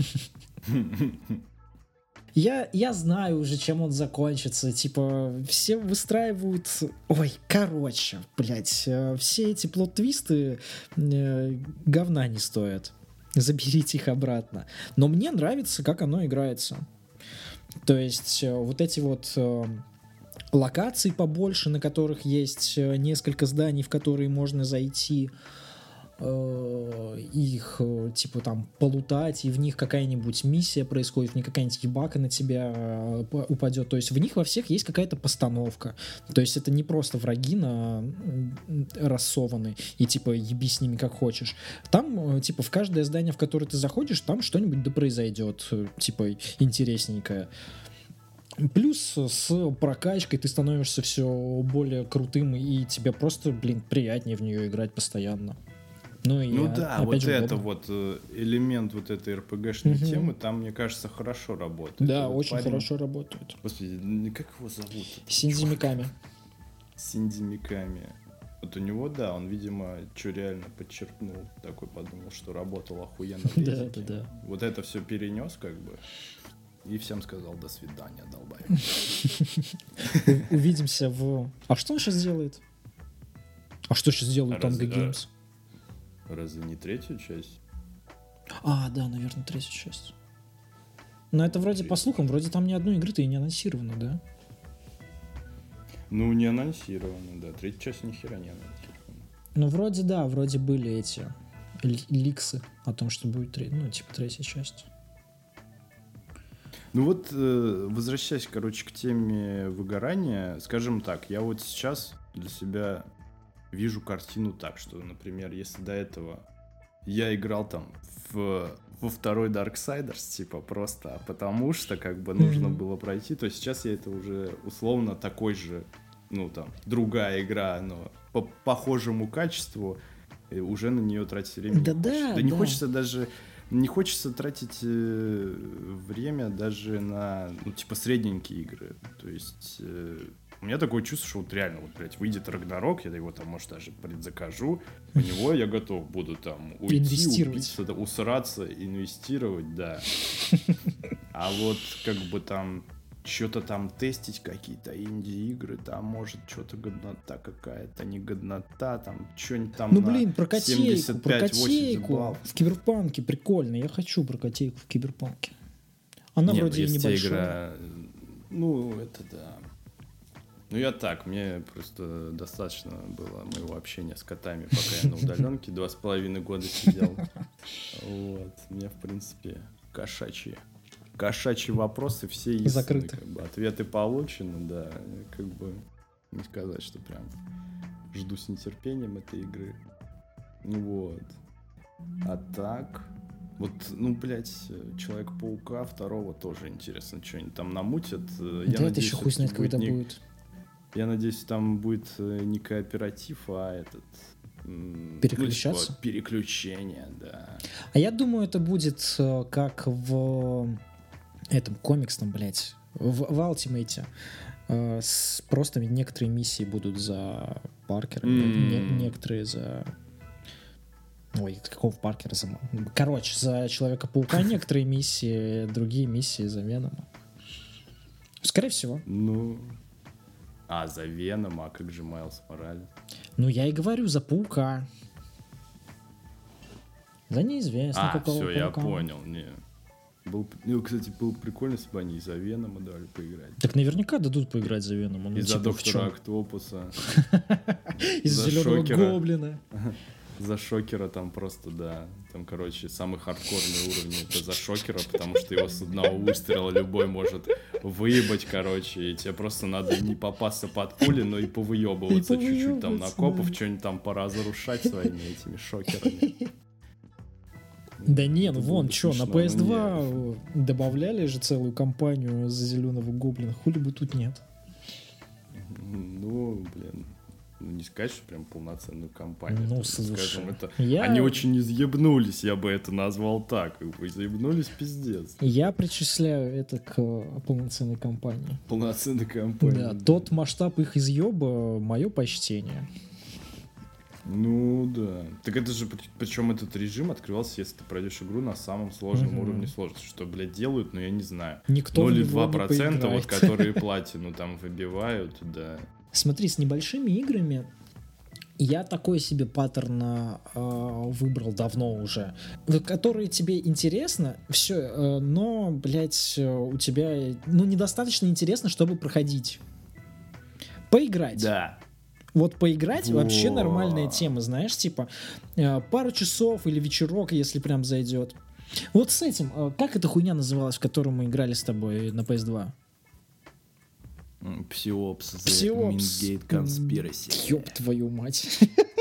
Я, я знаю уже, чем он закончится. Типа, все выстраивают... Ой, короче, блядь, все эти плот-твисты э, говна не стоят. Заберите их обратно. Но мне нравится, как оно играется. То есть, э, вот эти вот... Э, локаций побольше, на которых есть несколько зданий, в которые можно зайти, э, их, типа, там, полутать, и в них какая-нибудь миссия происходит, в них какая-нибудь ебака на тебя упадет. То есть в них во всех есть какая-то постановка. То есть это не просто враги на рассованы, и, типа, еби с ними как хочешь. Там, типа, в каждое здание, в которое ты заходишь, там что-нибудь да произойдет, типа, интересненькое. Плюс с прокачкой ты становишься все более крутым, и тебе просто, блин, приятнее в нее играть постоянно. Ну, и ну да, опять вот же, это удобно. вот элемент вот этой эр пи джи-шной Мгм. темы, там, мне кажется, хорошо работает. Да, Вот очень парень- хорошо работает. Господи, как его зовут? Синдзи Миками. Синдзи Миками. Вот у него, да, он, видимо, что реально подчеркнул, такой подумал, что работал охуенно в Да, резике. да, да. Вот это все перенес, как бы, и всем сказал до свидания, долбай. У- Увидимся в... А что он сейчас делает? А что сейчас делают Раз- Tango а- Games? Разве не третью часть? А, да, наверное, третья часть. Но это вроде, по слухам, вроде там ни одной игры-то и не анонсировано, да? Ну, не анонсировано, да. Третья часть ни хера не анонсирована. Ну, вроде да, вроде были эти ли- ликсы о том, что будет треть- ну, типа третья часть. Ну вот, э, возвращаясь, короче, к теме выгорания, скажем так, я вот сейчас для себя вижу картину так, что, например, если до этого я играл там в, во второй Darksiders, типа просто потому что как бы нужно Мгм. было пройти, то сейчас я это уже условно такой же, ну там, другая игра, но по похожему качеству, и уже на нее тратить время не Да хочется. да, Да не да. хочется даже... Не хочется тратить э, время даже на, ну, типа, средненькие игры. То есть, э, у меня такое чувство, что вот реально, вот, блядь, выйдет Рагнарок, я его там, может, даже предзакажу, в него я готов буду там уйти, Инвестировать. убиться, да, усраться, инвестировать, да. А вот, как бы там, что-то там тестить, какие-то инди-игры, там, может, что-то годнота какая-то, не годнота, там, что-нибудь там Ну, на блин, про котейку, семьдесят про пять восемьдесят котейку баллов. в Киберпанке прикольно. Я хочу про котейку в Киберпанке. Она Не, ну, вроде и если тебе небольшая. игра... Ну, это да. Ну, я так, мне просто достаточно было моего общения с котами, пока я на удаленке два с половиной года сидел. Вот. Мне, в принципе, кошачьи. Кошачьи вопросы все истинны. Закрыты. Как бы. Ответы получены, да. Как бы не сказать, что прям жду с нетерпением этой игры. Ну вот. А так... Вот, ну, блядь, Человека-паука второго тоже интересно, что они там намутят. Я Да это надеюсь, еще хуй знает, всё-таки когда не- будет. Я надеюсь, там будет э, не кооператив, а этот... м, Переключаться? Ну, типа, переключение, да. А я думаю, это будет э, как в этом комиксном, блядь, в, в Ultimate. Э, с- просто некоторые миссии будут за Паркера, не- не- М. некоторые за... Ой, какого Паркера? За... Короче, за Человека-паука некоторые миссии, другие миссии за Венома. Скорее всего. Ну... А, за Веном, а как же Майлз Моралес? Ну, я и говорю, за Паука. За неизвестно А, какого все, я Паука. понял, не. Был, ну, кстати, было прикольно, если бы они и за Венома дали поиграть. Так наверняка дадут поиграть за Веном. И за Доктора Октопуса. Из за Зеленого Шокера. Гоблина. За Шокера там просто, да. Там, короче, самый хардкорный уровень это за Шокера, потому что его с одного выстрела любой может выебать, короче. И тебе просто надо не попасться под пули, но и повыебываться И чуть-чуть там повыебываться, накопов, да. что-нибудь там поразрушать своими этими шокерами. Да не, ну Это было вон, бы чё, на смешно, пи эс но два не. добавляли же целую кампанию за Зеленого Гоблина. Хули бы тут нет. Ну, блин, ну, не не сказать, что прям полноценную компанию. Ну, так слушай, скажем, это... я... Они очень изъебнулись, я бы это назвал так. Изъебнулись пиздец. Я причисляю это к полноценной компании. Полноценной компании. Да, тот масштаб их изъеба — мое почтение. Ну да. Так это же, причем этот режим открывался, если ты пройдешь игру на самом сложном Мгм. уровне сложности. Что, блядь, делают, но я не знаю. Никто в ноль и него два не процента, вот, поиграет. которые платину там выбивают, да. Смотри, с небольшими играми я такой себе паттерн э, выбрал давно уже, которые тебе интересно, все, э, но, блядь, э, у тебя, ну, недостаточно интересно, чтобы проходить. Поиграть. Да. Вот поиграть вообще Во. нормальная тема, знаешь, типа э, пару часов или вечерок, если прям зайдет. Вот с этим, э, как эта хуйня называлась, в которую мы играли с тобой на пи эс два? Псиопс, The Псиопс. Mingate Conspiracy. Ёб твою мать.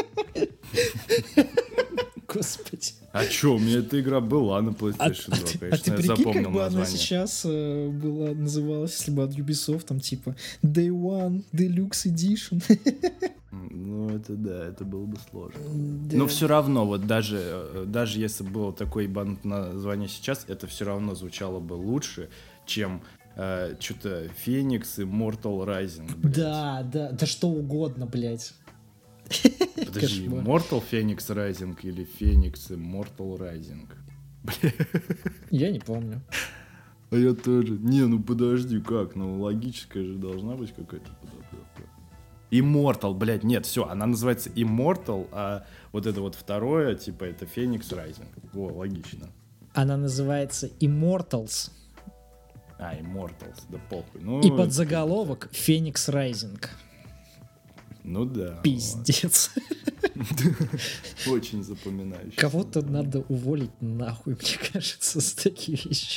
Господи. А чё, у меня эта игра была на А, PlayStation а два, ты, а конечно, ты я прикинь, запомнил как бы она название. сейчас э, была, называлась, если бы от Ubisoft, там типа Day One Deluxe Edition. Ну, это да, это было бы сложно. Да. Но все равно, вот даже, э, даже если было такое ебанутое название сейчас, это все равно звучало бы лучше, чем э, что-то Феникс и Mortal Rising, блядь. Да, да, да что угодно, блядь. Подожди, Кошмар. Mortal Phoenix Rising или Феникс и Mortal Rising? Я не помню. А я тоже. Не, ну подожди, как? Ну логическая же должна быть какая-то подоплека. Immortal, блядь, нет, все, она называется Immortal, а вот это вот второе, типа, это Phoenix Rising. Во, логично. Она называется Immortals. А, Immortals, да похуй. Ну, И под это- заголовок Phoenix Rising. Ну да. Пиздец. вот. Очень запоминающий. Кого-то надо уволить нахуй, мне кажется, за такие вещи.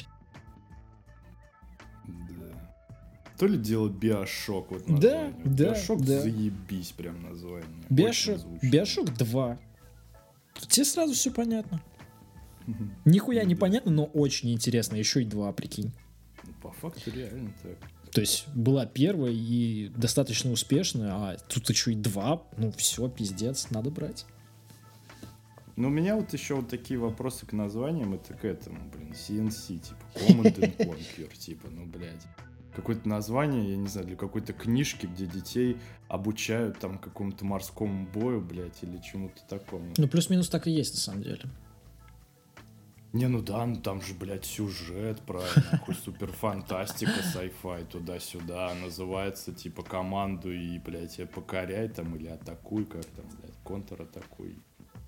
Да. То ли дело Биошок, вот Да, название. да, Биошок да. заебись прям название. Биошок, Очень звучно. Биошок два. Тебе сразу все понятно. Нихуя не понятно, но очень интересно. Еще и два, прикинь. Ну, по факту реально так. То есть была первая и достаточно успешная, а тут еще и два. Ну все, пиздец, надо брать. Ну, у меня вот еще вот такие вопросы к названиям, это к этому, блин, си эн си, типа, Command and Conquer, типа, ну, блядь. Какое-то название, я не знаю, для какой-то книжки, где детей обучают там какому-то морскому бою, блядь, или чему-то такому. Ну плюс-минус так и есть на самом деле. Не, ну да, ну там же, блядь, сюжет, правильно, какой супер фантастика, sci-fi, туда-сюда, называется, типа, командуй и, блядь, покоряй там, или атакуй, как там, блядь, контратакуй.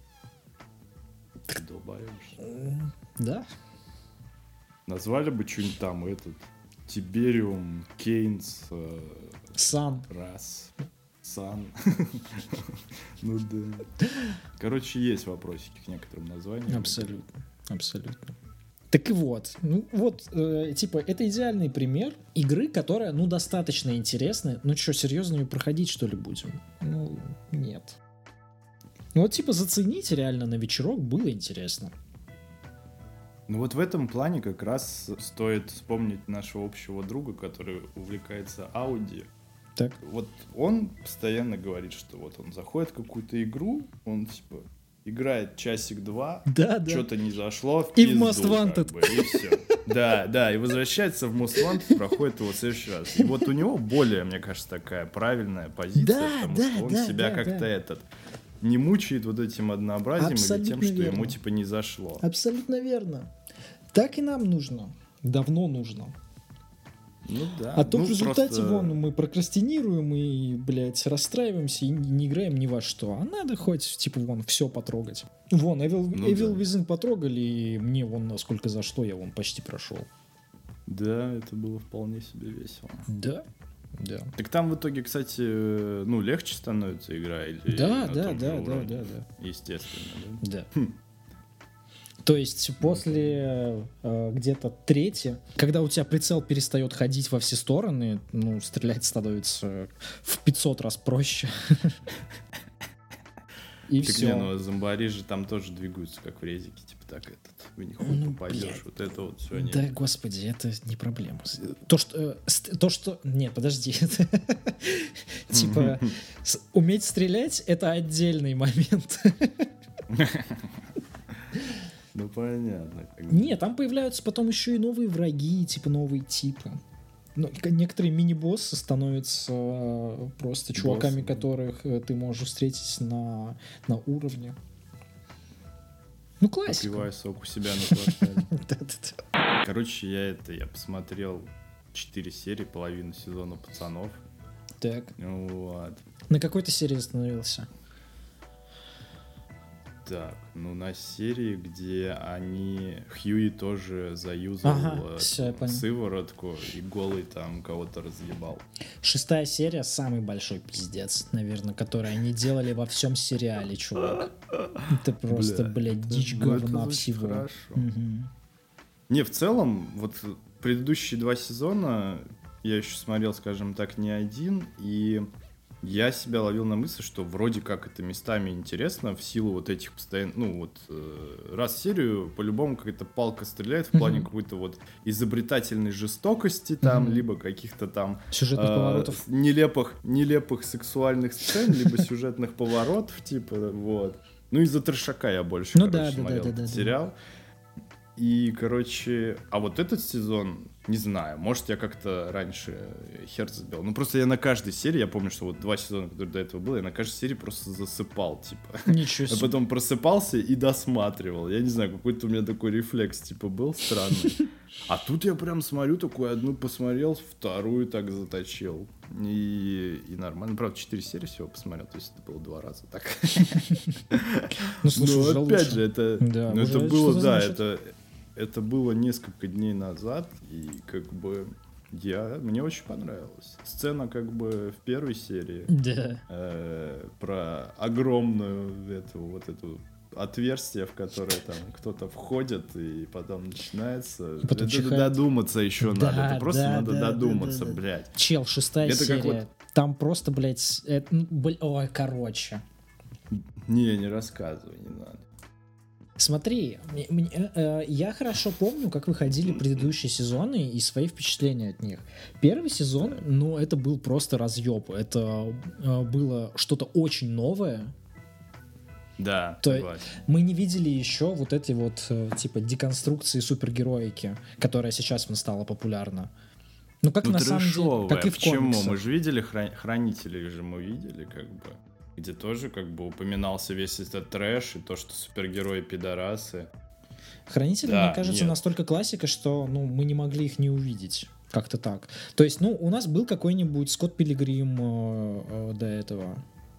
Ты долбаешь. Да? Назвали бы что-нибудь там, этот, Тибериум, Кейнс, э, Сам. Раз, Сан. Ну да. Короче, есть вопросики к некоторым названиям. Абсолютно. Абсолютно. Так и вот, ну вот, э, типа, это идеальный пример игры, которая, ну, достаточно интересная. Ну что, серьезно ее проходить, что ли, будем? Ну, нет. Ну вот, типа, заценить реально на вечерок было интересно. Ну вот в этом плане как раз стоит вспомнить нашего общего друга, который увлекается Ауди. Так. Вот он постоянно говорит, что вот он заходит в какую-то игру, он типа играет часик-два, Да, да. что-то не зашло, в И в пизду, Most Wanted. как бы, и все. Да, да, и возвращается в Most Wanted, проходит его в следующий раз. И вот у него более, мне кажется, такая правильная позиция, Да, потому да, что он да, себя да, как-то да. этот не мучает вот этим однообразием или тем, Абсолютно что ему верно. типа не зашло. Абсолютно верно. Так и нам нужно. Давно нужно. Ну да. А то ну, в результате, просто- вон, мы прокрастинируем и, блядь, расстраиваемся и не играем ни во что. А надо хоть, типа, вон, все потрогать. Вон, Evil, Ну Evil да. Within потрогали, и мне вон насколько зашло, я вон почти прошел. Да, это было вполне себе весело. Да, да. Так там в итоге, кстати, э, ну, легче становится игра или Да, на да, том же да, да, уровне? да, да. Естественно, да? Да. Хм. То есть после э, где-то трети, когда у тебя прицел перестает ходить во все стороны, ну, стрелять становится в пятьсот раз проще. И Так все. не, ну зомбари же там тоже двигаются, как в резике, типа так этот, в них хоть Ну, попадешь, блядь. вот это вот все не... Да, господи, это не проблема. То, что... э, ст- То, что... Нет, подожди. Типа, с- уметь стрелять — это отдельный момент. Ну, понятно. как бы. Нет, там появляются потом еще и новые враги, типа новые типы. Ну, к- некоторые мини-боссы становятся э, просто чуваками, Боссами. которых э, ты можешь встретить на, на уровне. Ну, классика. Попивая сок у себя на квартале. Да-да-да. Короче, я это, я посмотрел четыре серии, половину сезона «Пацанов». Так. Ну, вот. На какой-то серии остановился? Так, ну на серии, где они... Хьюи тоже заюзал Ага, э, всё, я понял. сыворотку и голый там кого-то разъебал. Шестая серия — самый большой пиздец, наверное, который они делали во всем сериале, чувак. Это просто, Бля, блядь, это- дичь ну, это говна звучит всего. хорошо. Мгм. Не, в целом, вот предыдущие два сезона я еще смотрел, скажем так, не один, и я себя ловил на мысли, что вроде как это местами интересно в силу вот этих постоянно, ну вот э, раз в серию по-любому какая-то палка стреляет в плане Мгм. какой-то вот изобретательной жестокости там, Мгм. либо каких-то там Сюжетных э, поворотов. нелепых, нелепых сексуальных сцен, либо сюжетных поворотов, типа, вот. Ну, из-за трешака я больше, Ну короче, да, да, да, смотрел да, этот да, да. сериал. И, короче, а вот этот сезон, не знаю, может, я как-то раньше хер забил. Ну, просто я на каждой серии, я помню, что вот два сезона, которые до этого было, я на каждой серии просто засыпал, типа. Ничего А себе. потом просыпался и досматривал. Я не знаю, какой-то у меня такой рефлекс, типа, был странный. А тут я прям смотрю, такую одну посмотрел, вторую так заточил. И, и нормально. Правда, четыре серии всего посмотрел, то есть это было два раза так. Ну, слушай, Ну, уже опять лучше. же, это, Да, ну, это уже было, что-то да, значит. это, это было несколько дней назад, и как бы я, мне очень понравилось. Сцена как бы в первой серии Да. э, про огромную эту вот эту отверстие, в которое там кто-то входит, и потом начинается. Потом это чихает. додуматься еще Да, надо. Это просто да, надо да, да, додуматься, да, да. блядь. Чел, шестая Это как серия. вот- Там просто, блядь, это, ну, бл- ой, короче. Не, не рассказывай, не надо. Смотри, мне- мне, э, э, я хорошо помню, как выходили предыдущие сезоны и свои впечатления от них. Первый сезон, ну, это был просто разъеб. Это э, было что-то очень новое. Да, То- согласен. Мы не видели еще вот этой вот, э, типа, деконструкции супергероики, которая сейчас стала популярна. Ну, как Ну, на самом деле, трэшовая. как и в Почему? комиксах. Мы же видели хра- хранителей же мы видели, как бы. Где тоже как бы упоминался весь этот трэш и то, что супергерои пидорасы. Хранители, Да, мне кажется, нет. настолько классика, что ну, мы не могли их не увидеть. Как-то так. То есть, ну, у нас был какой-нибудь Скотт Пилигрим э, э, до этого.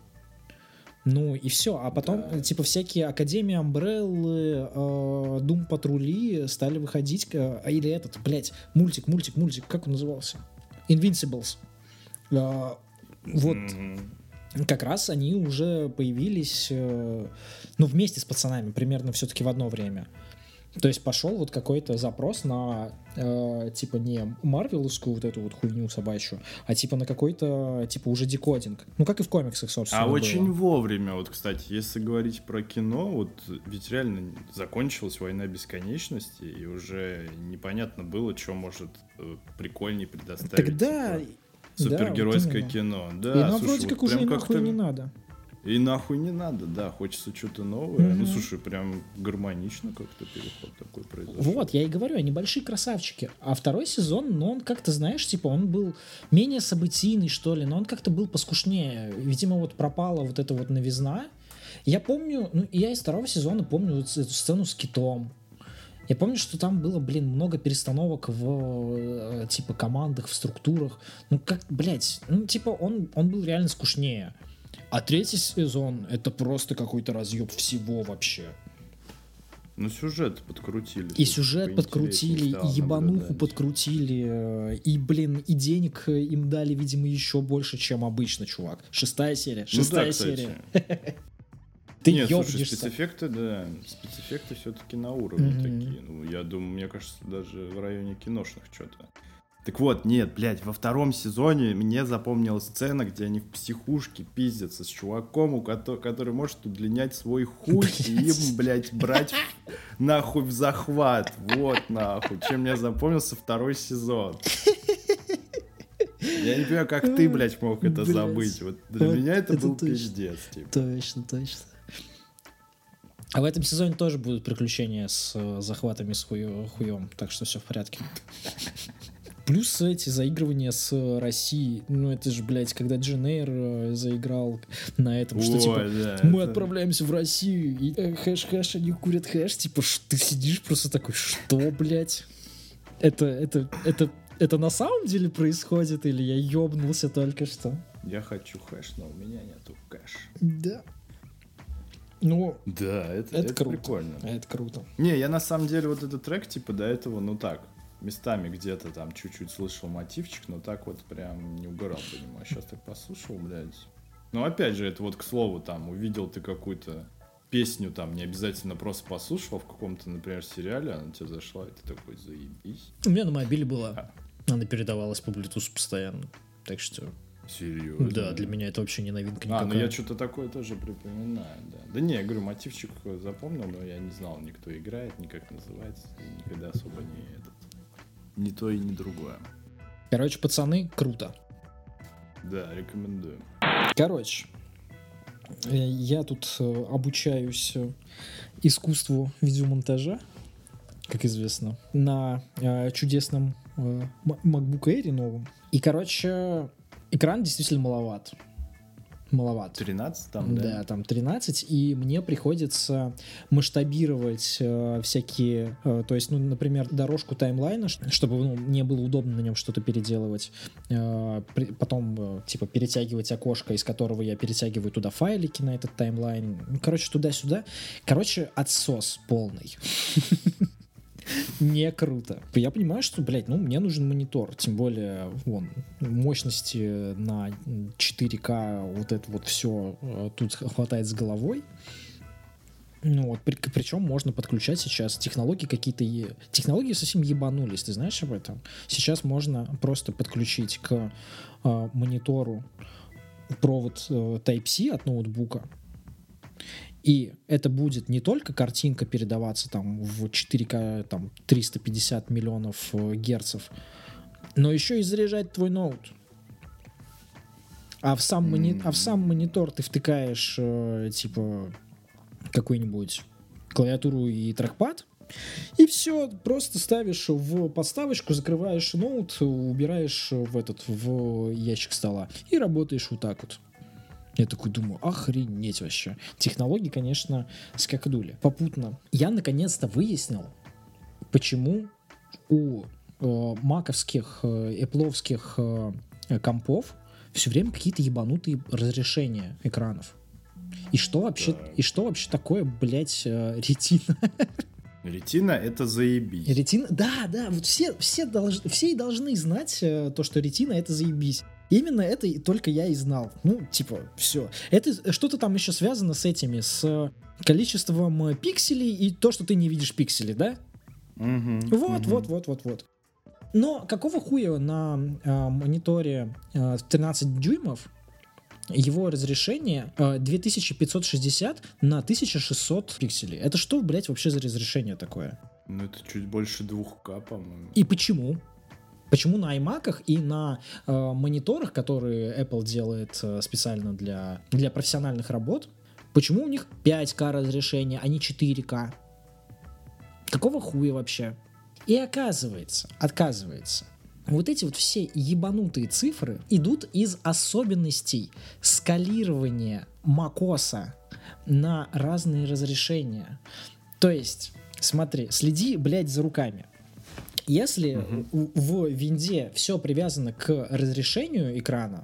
Ну и все. А потом, Да. э, типа, всякие Академии Амбреллы, э, Дум Патрули стали выходить. э, а или этот, блядь, мультик, мультик, мультик, как он назывался? Invincibles. Э, вот. Мгм. Как раз они уже появились, э, ну, вместе с пацанами, примерно все-таки в одно время. То есть пошел вот какой-то запрос на, э, типа, не марвеловскую вот эту вот хуйню собачью, а типа на какой-то, типа, уже декодинг. Ну, как и в комиксах, собственно, А было. очень вовремя, вот, кстати, если говорить про кино, вот ведь реально закончилась «Война бесконечности», и уже непонятно было, что может э, прикольнее предоставить. Тогда... типа, да, супергеройское вот кино. Да, и нам слушай, вроде вот как уже прям и нахуй как-то- не надо. И нахуй не надо, да, хочется что-то новое. Мгм. Ну, слушай, прям гармонично как-то переход такой произошел. Вот, я и говорю, они большие красавчики. А второй сезон, ну, он как-то, знаешь, типа, он был менее событийный, что ли, но он как-то был поскушнее. Видимо, вот пропала вот эта вот новизна. Я помню, ну, я из второго сезона помню вот эту сцену с китом. Я помню, что там было, блин, много перестановок в, э, типа, командах, в структурах. Ну, как, блядь, ну, типа, он, он был реально скучнее. А третий сезон — это просто какой-то разъеб всего вообще. Ну, сюжет подкрутили. И тут сюжет поинтереснее подкрутили, стало и ебануху наблюдать. подкрутили, э, и, блин, и денег э, им дали, видимо, еще больше, чем обычно, чувак. Шестая серия, Ну шестая да, кстати. серия. Ты Нет, слушай, ёбнешься. спецэффекты, да, спецэффекты все-таки на уровне Мгм. такие. Ну, я думаю, мне кажется, даже в районе киношных что-то. Так вот, нет, блядь, во втором сезоне мне запомнилась сцена, где они в психушке пиздятся с чуваком, у которого, который может удлинять свой хуй и им, блядь, брать нахуй в захват. Вот нахуй. Чем мне запомнился второй сезон. Я не понимаю, как ты, блядь, мог это блядь. забыть. Вот для вот меня это, это был точно, пиздец. Типа. Точно, точно. А в этом сезоне тоже будут приключения с э, захватами с хую, хуем, так что все в порядке. Плюс эти заигрывания с Россией. Ну, это же, блядь, когда Джейн Эйр заиграл на этом, что, Ой, типа, да, мы это... отправляемся в Россию, и э, хэш-хэш, они курят хэш, типа, ш, ты сидишь просто такой, что, блядь? Это, это, это, это на самом деле происходит, или я ёбнулся только что? Я хочу хэш, но у меня нету кэш. Да. Ну, да, это, это, это круто. прикольно. Это круто. Не, я на самом деле вот этот трек, типа, до этого, ну так, местами где-то там чуть-чуть слышал мотивчик, но так вот прям не угорал по нему. А сейчас так послушал, блядь. Ну, опять же, это вот к слову, там, увидел ты какую-то песню, там, не обязательно просто послушал в каком-то, например, сериале, она тебе зашла, и ты такой, заебись. У меня на мобиле была. А. Она передавалась по Bluetooth постоянно. Так что... Серьезно? Да, для меня это вообще не новинка никакая. А, ну я что-то такое тоже припоминаю, да. Да не, я говорю, мотивчик запомнил, но я не знал, ни кто играет, ни как называется, и никогда особо не этот, ни то и ни другое. Короче, пацаны, круто. Да, рекомендую. Короче, я тут обучаюсь искусству видеомонтажа, как известно, на чудесном MacBook Air новом. И, короче... Экран действительно маловат. Маловат. тринадцать там, да? Да, там тринадцать, и мне приходится масштабировать э, всякие, э, то есть, ну, например, дорожку таймлайна, чтобы ну, мне было удобно на нем что-то переделывать, э, при, потом, э, типа, перетягивать окошко, из которого я перетягиваю туда файлики на этот таймлайн. Ну, короче, туда-сюда. Короче, отсос полный. Не круто. Я понимаю, что, блядь, ну, мне нужен монитор. Тем более, вон, мощности на четыре ка, вот это вот все тут хватает с головой. Ну, вот, при, причем можно подключать сейчас технологии какие-то... Е... Технологии совсем ебанулись, ты знаешь об этом? Сейчас можно просто подключить к э, монитору провод э, Type-C от ноутбука. И это будет не только картинка передаваться там в четыре ка, там триста пятьдесят миллионов э, герцев, но еще и заряжать твой ноут. А в сам, мони... mm-hmm. а в сам монитор ты втыкаешь э, типа какую-нибудь клавиатуру и трекпад, и все, просто ставишь в подставочку, закрываешь ноут, убираешь в этот в ящик стола и работаешь вот так вот. Я такой думаю, охренеть вообще. Технологии, конечно, скакнули. Попутно я наконец-то выяснил, почему у э, маковских, э, эпловских э, компов все время какие-то ебанутые разрешения экранов. И что вообще, да. и что вообще такое, блядь, э, ретина? Ретина — это заебись. Ретина, да, да, вот все, все, долж, все и должны знать э, то, что ретина — это заебись. Именно это только я и знал. Ну, типа, все. Это что-то там еще связано с этими, с количеством пикселей и то, что ты не видишь пиксели, да? Mm-hmm. Вот, mm-hmm. вот, вот, вот, вот. Но какого хуя на э, мониторе э, тринадцать дюймов его разрешение э, две тысячи пятьсот шестьдесят на тысяча шестьсот пикселей? Это что, блядь, вообще за разрешение такое? Ну, это чуть больше двух ка, по-моему. И почему? Почему на iMac'ах и на э, мониторах, которые Apple делает э, специально для, для профессиональных работ, почему у них пять ка разрешение, а не четыре ка? Какого хуя вообще? И оказывается, оказывается, вот эти вот все ебанутые цифры идут из особенностей скалирования macOS на разные разрешения. То есть, смотри, следи, блядь, за руками. Если uh-huh. в винде все привязано к разрешению экрана,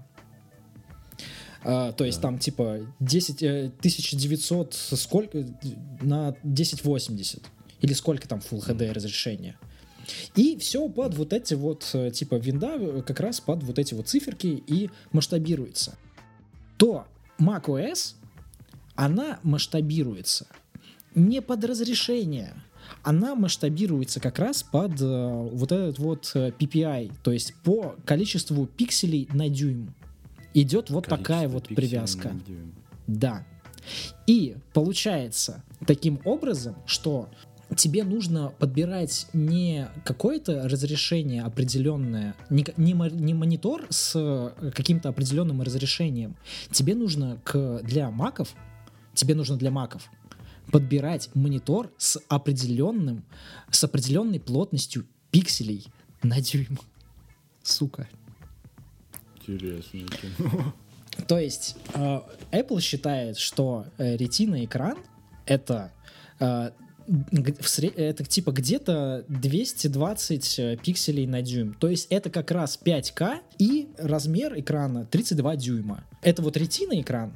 э, то есть uh-huh. там типа десять, э, тысяча девятьсот сколько на десять восемьдесят или сколько там Full эйч ди разрешение, и все под вот эти вот типа винда как раз под вот эти вот циферки и масштабируется, то macOS она масштабируется не под разрешение, она масштабируется как раз под э, вот этот вот э, пи пи ай, то есть по количеству пикселей на дюйм. Идет вот Количество такая вот пикселей привязка. на дюйм. Да. И получается таким образом, что тебе нужно подбирать не какое-то разрешение определенное, не, не, не монитор с каким-то определенным разрешением. Тебе нужно к, для маков, тебе нужно для маков подбирать монитор с определенным, с определенной плотностью пикселей на дюйм. Сука. Интересно. кино. То есть э, Apple считает, что э, Retina экран это э, г- в сре- это типа где-то двести двадцать э, пикселей на дюйм. То есть это как раз пять ка и размер экрана тридцать два дюйма. Это вот Retina экран.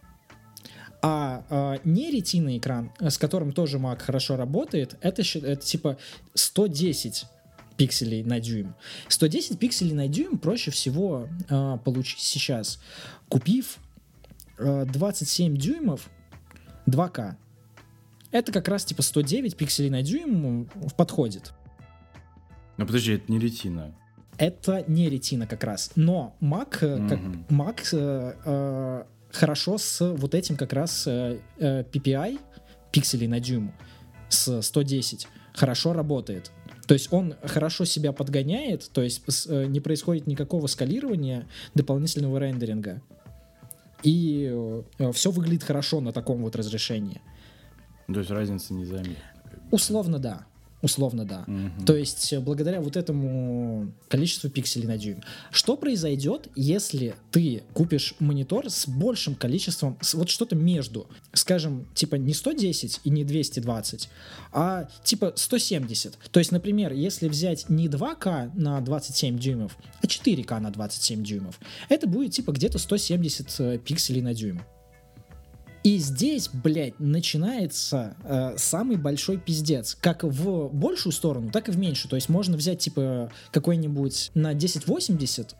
А э, не Retina экран, с которым тоже Mac хорошо работает, это, щи- это типа сто десять пикселей на дюйм. сто десять пикселей на дюйм проще всего э, получить сейчас, купив э, двадцать семь дюймов два ка. Это как раз типа сто девять пикселей на дюйм подходит. Ну подожди, это не ретина. Это не Retina как раз. Но Mac, э, как, Мгм. Mac э, э, хорошо с вот этим как раз э, э, пи пи ай, пикселей на дюйм, с сто десять, хорошо работает. То есть он хорошо себя подгоняет, то есть с- э, не происходит никакого скалирования, дополнительного рендеринга. И все выглядит хорошо на таком вот разрешении. То есть разница незаметна. как бы. Условно да. Условно да. Мгм. То есть э, благодаря вот этому количеству пикселей на дюйм. Что произойдет, если ты купишь монитор с большим количеством, с- вот что-то между, скажем, типа не сто десять и не двести двадцать, а типа сто семьдесят. То есть, например, если взять не два ка на двадцать семь дюймов, а четыре ка на двадцать семь дюймов, это будет типа где-то сто семьдесят э, пикселей на дюйм. И здесь, блядь, начинается э, самый большой пиздец. Как в большую сторону, так и в меньшую. То есть можно взять, типа, какой-нибудь на десять восемьдесят,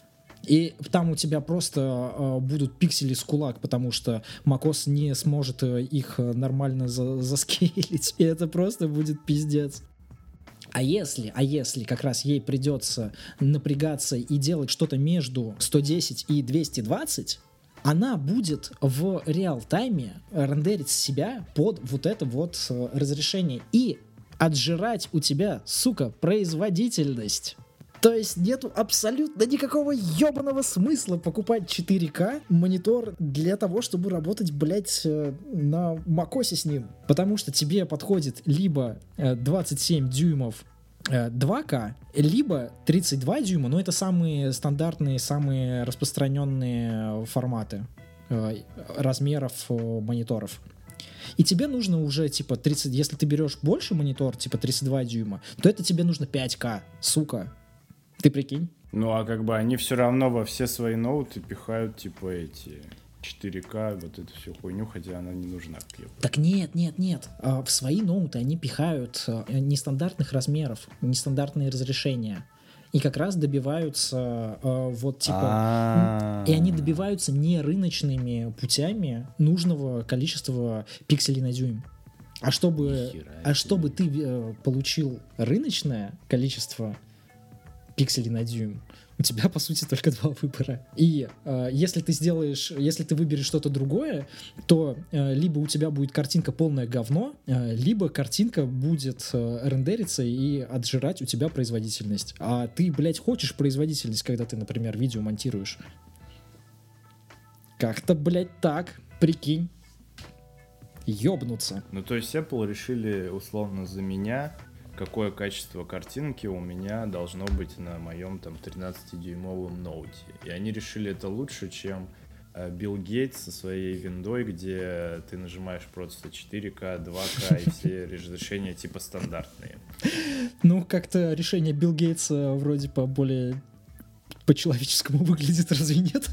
и там у тебя просто э, будут пиксели с кулак, потому что macOS не сможет э, их э, нормально за- заскейлить. И это просто будет пиздец. А если, а если как раз ей придется напрягаться и делать что-то между сто десять и двести двадцать, она будет в реал-тайме рендерить себя под вот это вот э, разрешение и отжирать у тебя, сука, производительность. То есть нету абсолютно никакого ебаного смысла покупать четыре ка монитор для того, чтобы работать, блядь, э, на macOS с ним. Потому что тебе подходит либо э, двадцать семь дюймов э, два ка, либо тридцать два дюйма, но это самые стандартные, самые распространенные форматы э, размеров э, мониторов. И тебе нужно уже, типа, тридцать... Если ты берешь больше монитор, типа тридцать два дюйма, то это тебе нужно пять ка, сука. Ты прикинь? Ну а как бы они все равно во все свои ноуты пихают типа эти четыре ка, вот эту всю хуйню, хотя она не нужна. как я понимаю. Так нет, нет, нет. А, В свои ноуты они пихают а, нестандартных размеров, нестандартные разрешения. И как раз добиваются а, вот типа... А. И они добиваются не рыночными путями нужного количества пикселей на дюйм. А чтобы, Нихера а себе. чтобы ты э, получил рыночное количество пикселей на дюйм, у тебя, по сути, только два выбора. И э, если ты сделаешь, если ты выберешь что-то другое, то э, либо у тебя будет картинка полное говно, э, либо картинка будет э, рендериться и отжирать у тебя производительность. А ты, блядь, хочешь производительность, когда ты, например, видео монтируешь? Как-то, блядь, так, прикинь. Ёбнуться. Ну, то есть Apple решили условно за меня, какое качество картинки у меня должно быть на моем там тринадцатидюймовом ноуте. И они решили это лучше, чем э, Билл Гейтс со своей виндой, где ты нажимаешь просто четыре ка, два ка и все разрешения типа стандартные. Ну, как-то решение Билл Гейтса вроде по более по-человеческому выглядит, разве нет?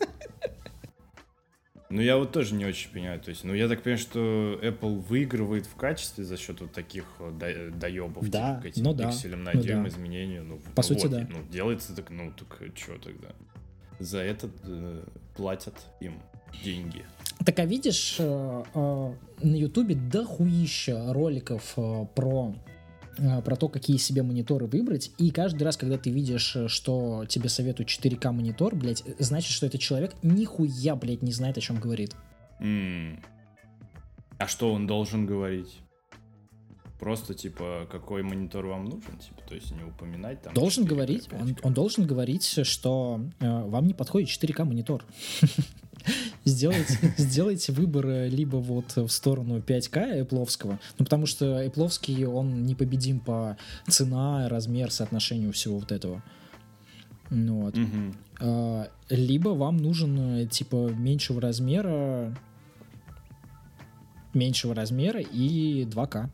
Ну, я вот тоже не очень понимаю. То есть, ну, я так понимаю, что Apple выигрывает в качестве за счет вот таких вот до- доебов, Да, типа, к этим ну да, пикселям на ну дюйм да. изменению. Ну, По ну сути, вот, да. Ну, делается так, ну, так что тогда? За это э, платят им деньги. Так, а видишь, э, э, на Ютубе дохуища роликов э, про, э, про то, какие себе мониторы выбрать, и каждый раз, когда ты видишь, э, что тебе советуют четыре ка монитор, блядь, значит, что этот человек нихуя, блядь, не знает, о чем говорит. М. А что он должен говорить? Просто, типа, какой монитор вам нужен? Типа, то есть не упоминать там... Должен четыре ка, говорить, пять он, ка. он должен говорить, что э, вам не подходит четыре ка монитор. Сделайте, сделайте выбор э, либо вот в сторону пять ка Apple-овского, ну потому что Apple-овский, он непобедим по цена, размер, соотношению всего вот этого. Ну вот. Мгм. А, либо вам нужен э, типа меньшего размера, меньшего размера и два ка.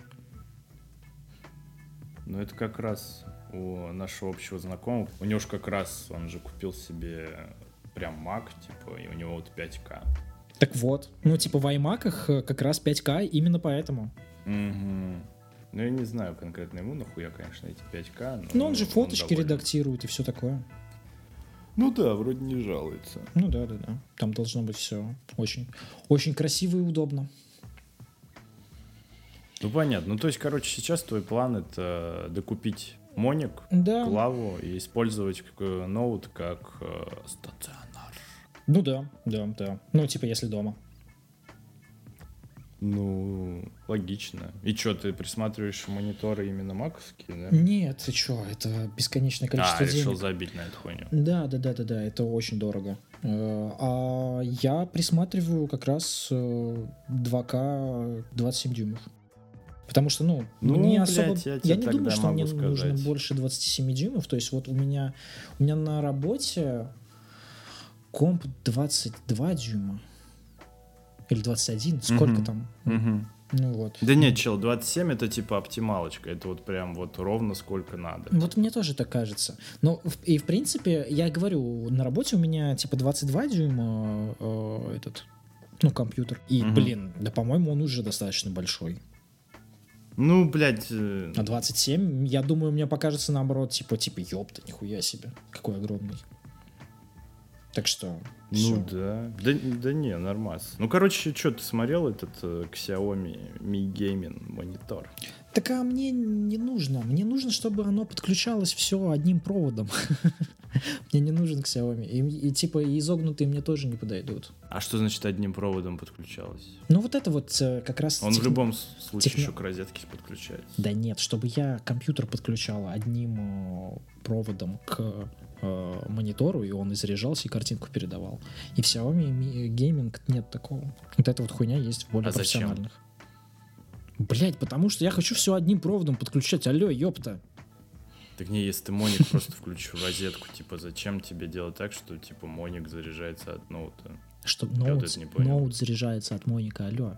Ну, это как раз у нашего общего знакомого. У него же как раз, он же купил себе прям Mac, типа, и у него вот пять ка. Так вот, ну типа в iMac'ах э, как раз пять ка именно поэтому. Мгм. Ну, я не знаю конкретно ему, нахуя, конечно, эти пять ка. Но Ну он же фоточки доволен. редактирует и все такое. Ну да, вроде не жалуется. Ну да, да, да. Там должно быть все очень, очень красиво и удобно. Ну, понятно. Ну, то есть, короче, сейчас твой план — это докупить моник, Да. клаву и использовать как, э, ноут как э, стационар. Ну да, да, да. Ну типа если дома. Ну, логично. И что, ты присматриваешь мониторы именно маковские, да? Нет, ты чё, это бесконечное количество А, денег. решил забить на эту хуйню. Да, да, да, да, да, это очень дорого. Э, А я присматриваю как раз э, два ка двадцать семь дюймов. Потому что, ну, Ну, мне блядь, особо... я Я, тебе не тогда думаю, что могу мне сказать. нужно больше двадцать семь дюймов. То есть вот у меня, у меня на работе комп двадцать два дюйма. Или двадцать один, сколько Мгм. там? Мгм. Ну вот. Да нет, чел, двадцать семь это типа оптималочка. Это вот прям вот ровно сколько надо. Вот мне тоже так кажется. Но в- и в принципе, я говорю, на работе у меня типа двадцать два дюйма э, этот, ну, компьютер. И, Мгм. блин, да, по-моему, он уже достаточно большой. Ну, блядь, э, А двадцать семь, я думаю, мне покажется наоборот, типа, типа, ёпта, нихуя себе, какой огромный. Так что, ну всё. да. да. Да не, нормас. Ну, короче, что, ты смотрел этот э, Xiaomi Mi Gaming монитор? Так а мне не нужно. Мне нужно, чтобы оно подключалось все одним проводом. Мне не нужен Xiaomi. И, и типа и изогнутые мне тоже не подойдут. А что значит одним проводом подключалось? Ну вот это вот э, как раз... Он в техни- любом с- случае техно- еще к розетке подключается. Да нет, чтобы я компьютер подключал одним э, проводом к э, монитору, и он и заряжался, и картинку передавал. И в Xiaomi Mi Gaming нет такого. Вот эта вот хуйня есть в более А зачем? профессиональных. Блять, потому что я хочу все одним проводом подключать. Алло, ёпта. Так не, если ты моник просто включишь в розетку, типа, зачем тебе делать так, что, типа, моник заряжается от ноута? Что Я вот ноут, это не понял. ноут заряжается от моника, алло.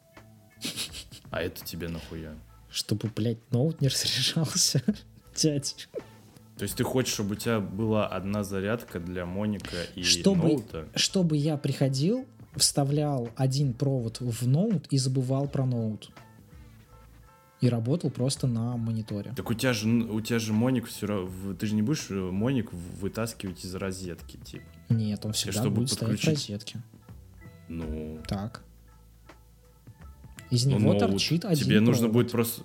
А это тебе нахуя? Чтобы, блядь, ноут не разряжался. Дядь. То есть ты хочешь, чтобы у тебя была одна зарядка для моника и Чтобы, ноута? чтобы я приходил, вставлял один провод в ноут и забывал про ноут. И работал просто на мониторе. Так у тебя же, у тебя же моник все равно... Ты же не будешь моник вытаскивать из розетки, типа? Нет, он всегда чтобы будет стоять в подключить- розетке. Ну... Так. Из ну, него ноут. торчит один Тебе нужно провод будет просто...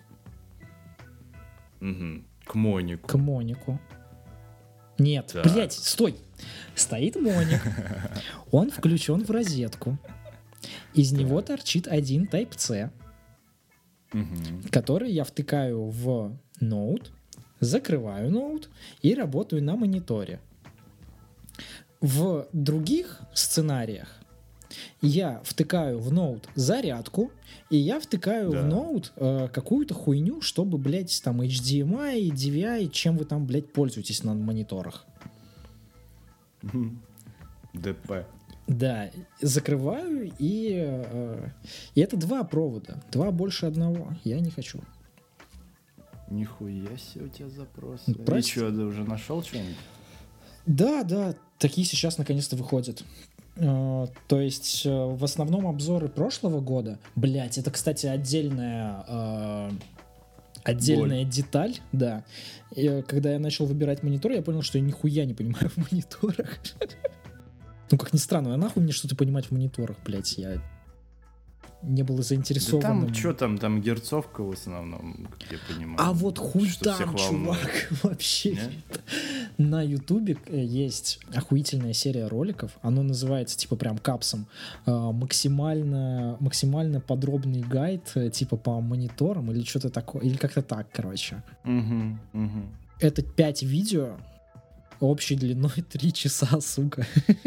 Мгм. К монику. к монику. Нет, Так. блядь, стой. Стоит моник. Он включен в розетку. Из него торчит один Type-C, Мгм. который я втыкаю в ноут, закрываю ноут и работаю на мониторе. В других сценариях я втыкаю в ноут зарядку, и я втыкаю Да. в ноут э, какую-то хуйню, чтобы, блядь, там эйч ди эм ай, ди ви ай, чем вы там, блядь, пользуетесь на мониторах. ДП. Да, закрываю, и, э, и это два провода. Два больше одного. Я не хочу. Нихуя себе у тебя запрос. Ну, И прости. что, ты уже нашел что-нибудь? Да, да, такие сейчас наконец-то выходят. Э, то есть э, в основном обзоры прошлого года. Блять, это, кстати, отдельная э, отдельная деталь, да. И, э, когда я начал выбирать монитор, я понял, что я нихуя не понимаю в мониторах. Ну, как ни странно, а нахуй мне что-то понимать в мониторах, блядь, я не был Да заинтересован. там, что там, там герцовка в основном, как я понимаю. А вот хуй что там, всех волнует. чувак, вообще. Не? На Ютубе э, есть охуительная серия роликов, оно называется, типа, прям капсом, э, максимально, максимально подробный гайд, э, типа, по мониторам или что-то такое, или как-то так, короче. Мгм, мгм. Это пять видео общей длиной три часа, сука.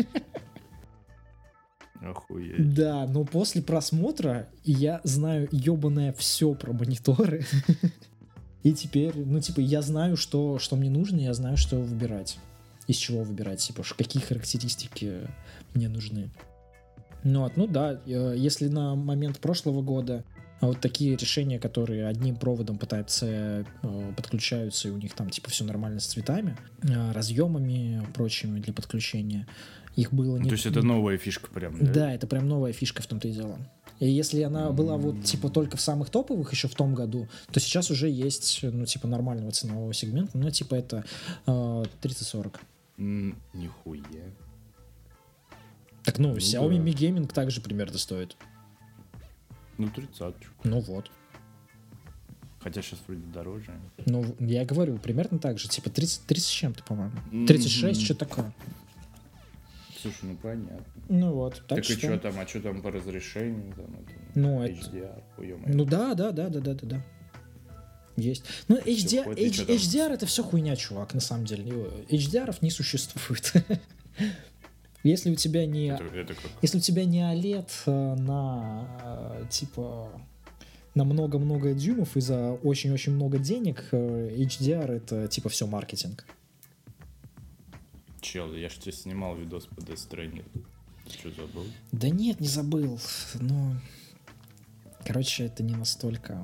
Охуеть. Да, но после просмотра я знаю ебаное все про мониторы. И теперь, ну, типа, я знаю, что, что мне нужно, я знаю, что выбирать. Из чего выбирать, типа, ш- какие характеристики мне нужны. Ну, вот, ну да, э, если на момент прошлого года а вот такие решения, которые одним проводом пытаются, э, подключаются, и у них там, типа, все нормально с цветами, э, разъемами прочими для подключения, их было Ну, не... то есть это новая фишка прям, да? Да, это прям новая фишка в том-то и дело. И если она была вот, типа, только в самых топовых еще в том году, то сейчас уже есть, ну, типа, нормального ценового сегмента, ну, типа, это э, тридцать сорок. М, Нихуя. Так, ну, Ну Xiaomi да. Mi Gaming также примерно стоит. Ну, тридцаточку. Ну вот. Хотя сейчас вроде дороже. Ну, я и говорю, примерно так же. Типа тридцать, тридцать с чем-то, по-моему. тридцать шесть, Мгм. что такое. Слушай, ну понятно. Ну вот. Так, Так, что... и что там, а что там по разрешению? Там, это, Ну, эйч это- ди ар, ой, ё-моё. Ну да, да, да, да, да, да, да. Есть. Ну, эйч ди ар, хватит, H- чё там? эйч ди ар это все хуйня, чувак, на самом деле. эйч ди ар не существует. Если у тебя не... Это, это как? Если у тебя не олед э, на, э, типа, на много-много дюймов и за очень-очень много денег, э, эйч ди ар это, типа, все маркетинг. Чел, я ж тебе снимал видос по Death Stranding. Ты что, забыл? Да нет, не забыл. Но, короче, это не настолько...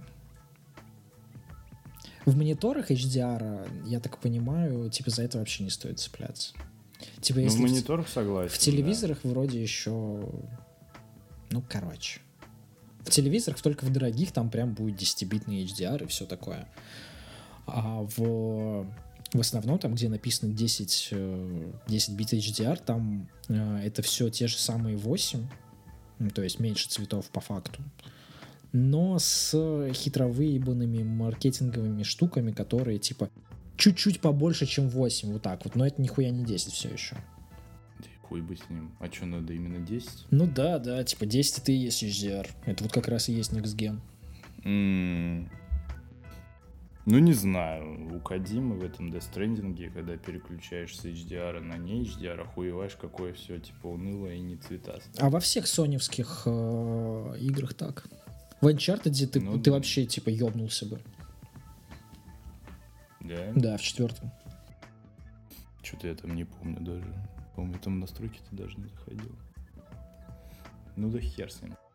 В мониторах эйч ди ар, я так понимаю, типа, за это вообще не стоит цепляться. Типа, Ну, в если в- мониторах согласен. в телевизорах вроде еще... Ну, короче. В телевизорах только в дорогих там прям будет десятибитный эйч ди ар и все такое. А в, в основном там, где написано десять, э, десять бит эйч ди ар, там э, это все те же самые восемь, ну, то есть меньше цветов по факту, но с хитро выебанными маркетинговыми штуками, которые типа чуть-чуть побольше, чем восемь, вот так вот, но это нихуя не десять все еще. Да и хуй бы с ним. А что, надо именно десять? Ну да, да, типа десять это и есть эйч ди ар. Это вот как раз и есть Next Gen. М. Ну, не знаю. У Кодзимы в этом Death Stranding, когда переключаешь с эйч ди ар на не эйч ди ар, охуеваешь, какое все типа унылое и не цветастое. А во всех соневских э, играх так. В Uncharted ты, Ну ты да. вообще типа ёбнулся бы. Да? Да, в четвертом. Что-то я там не помню даже. По-моему, я там в настройки ты даже не заходил. Ну да хер с ним.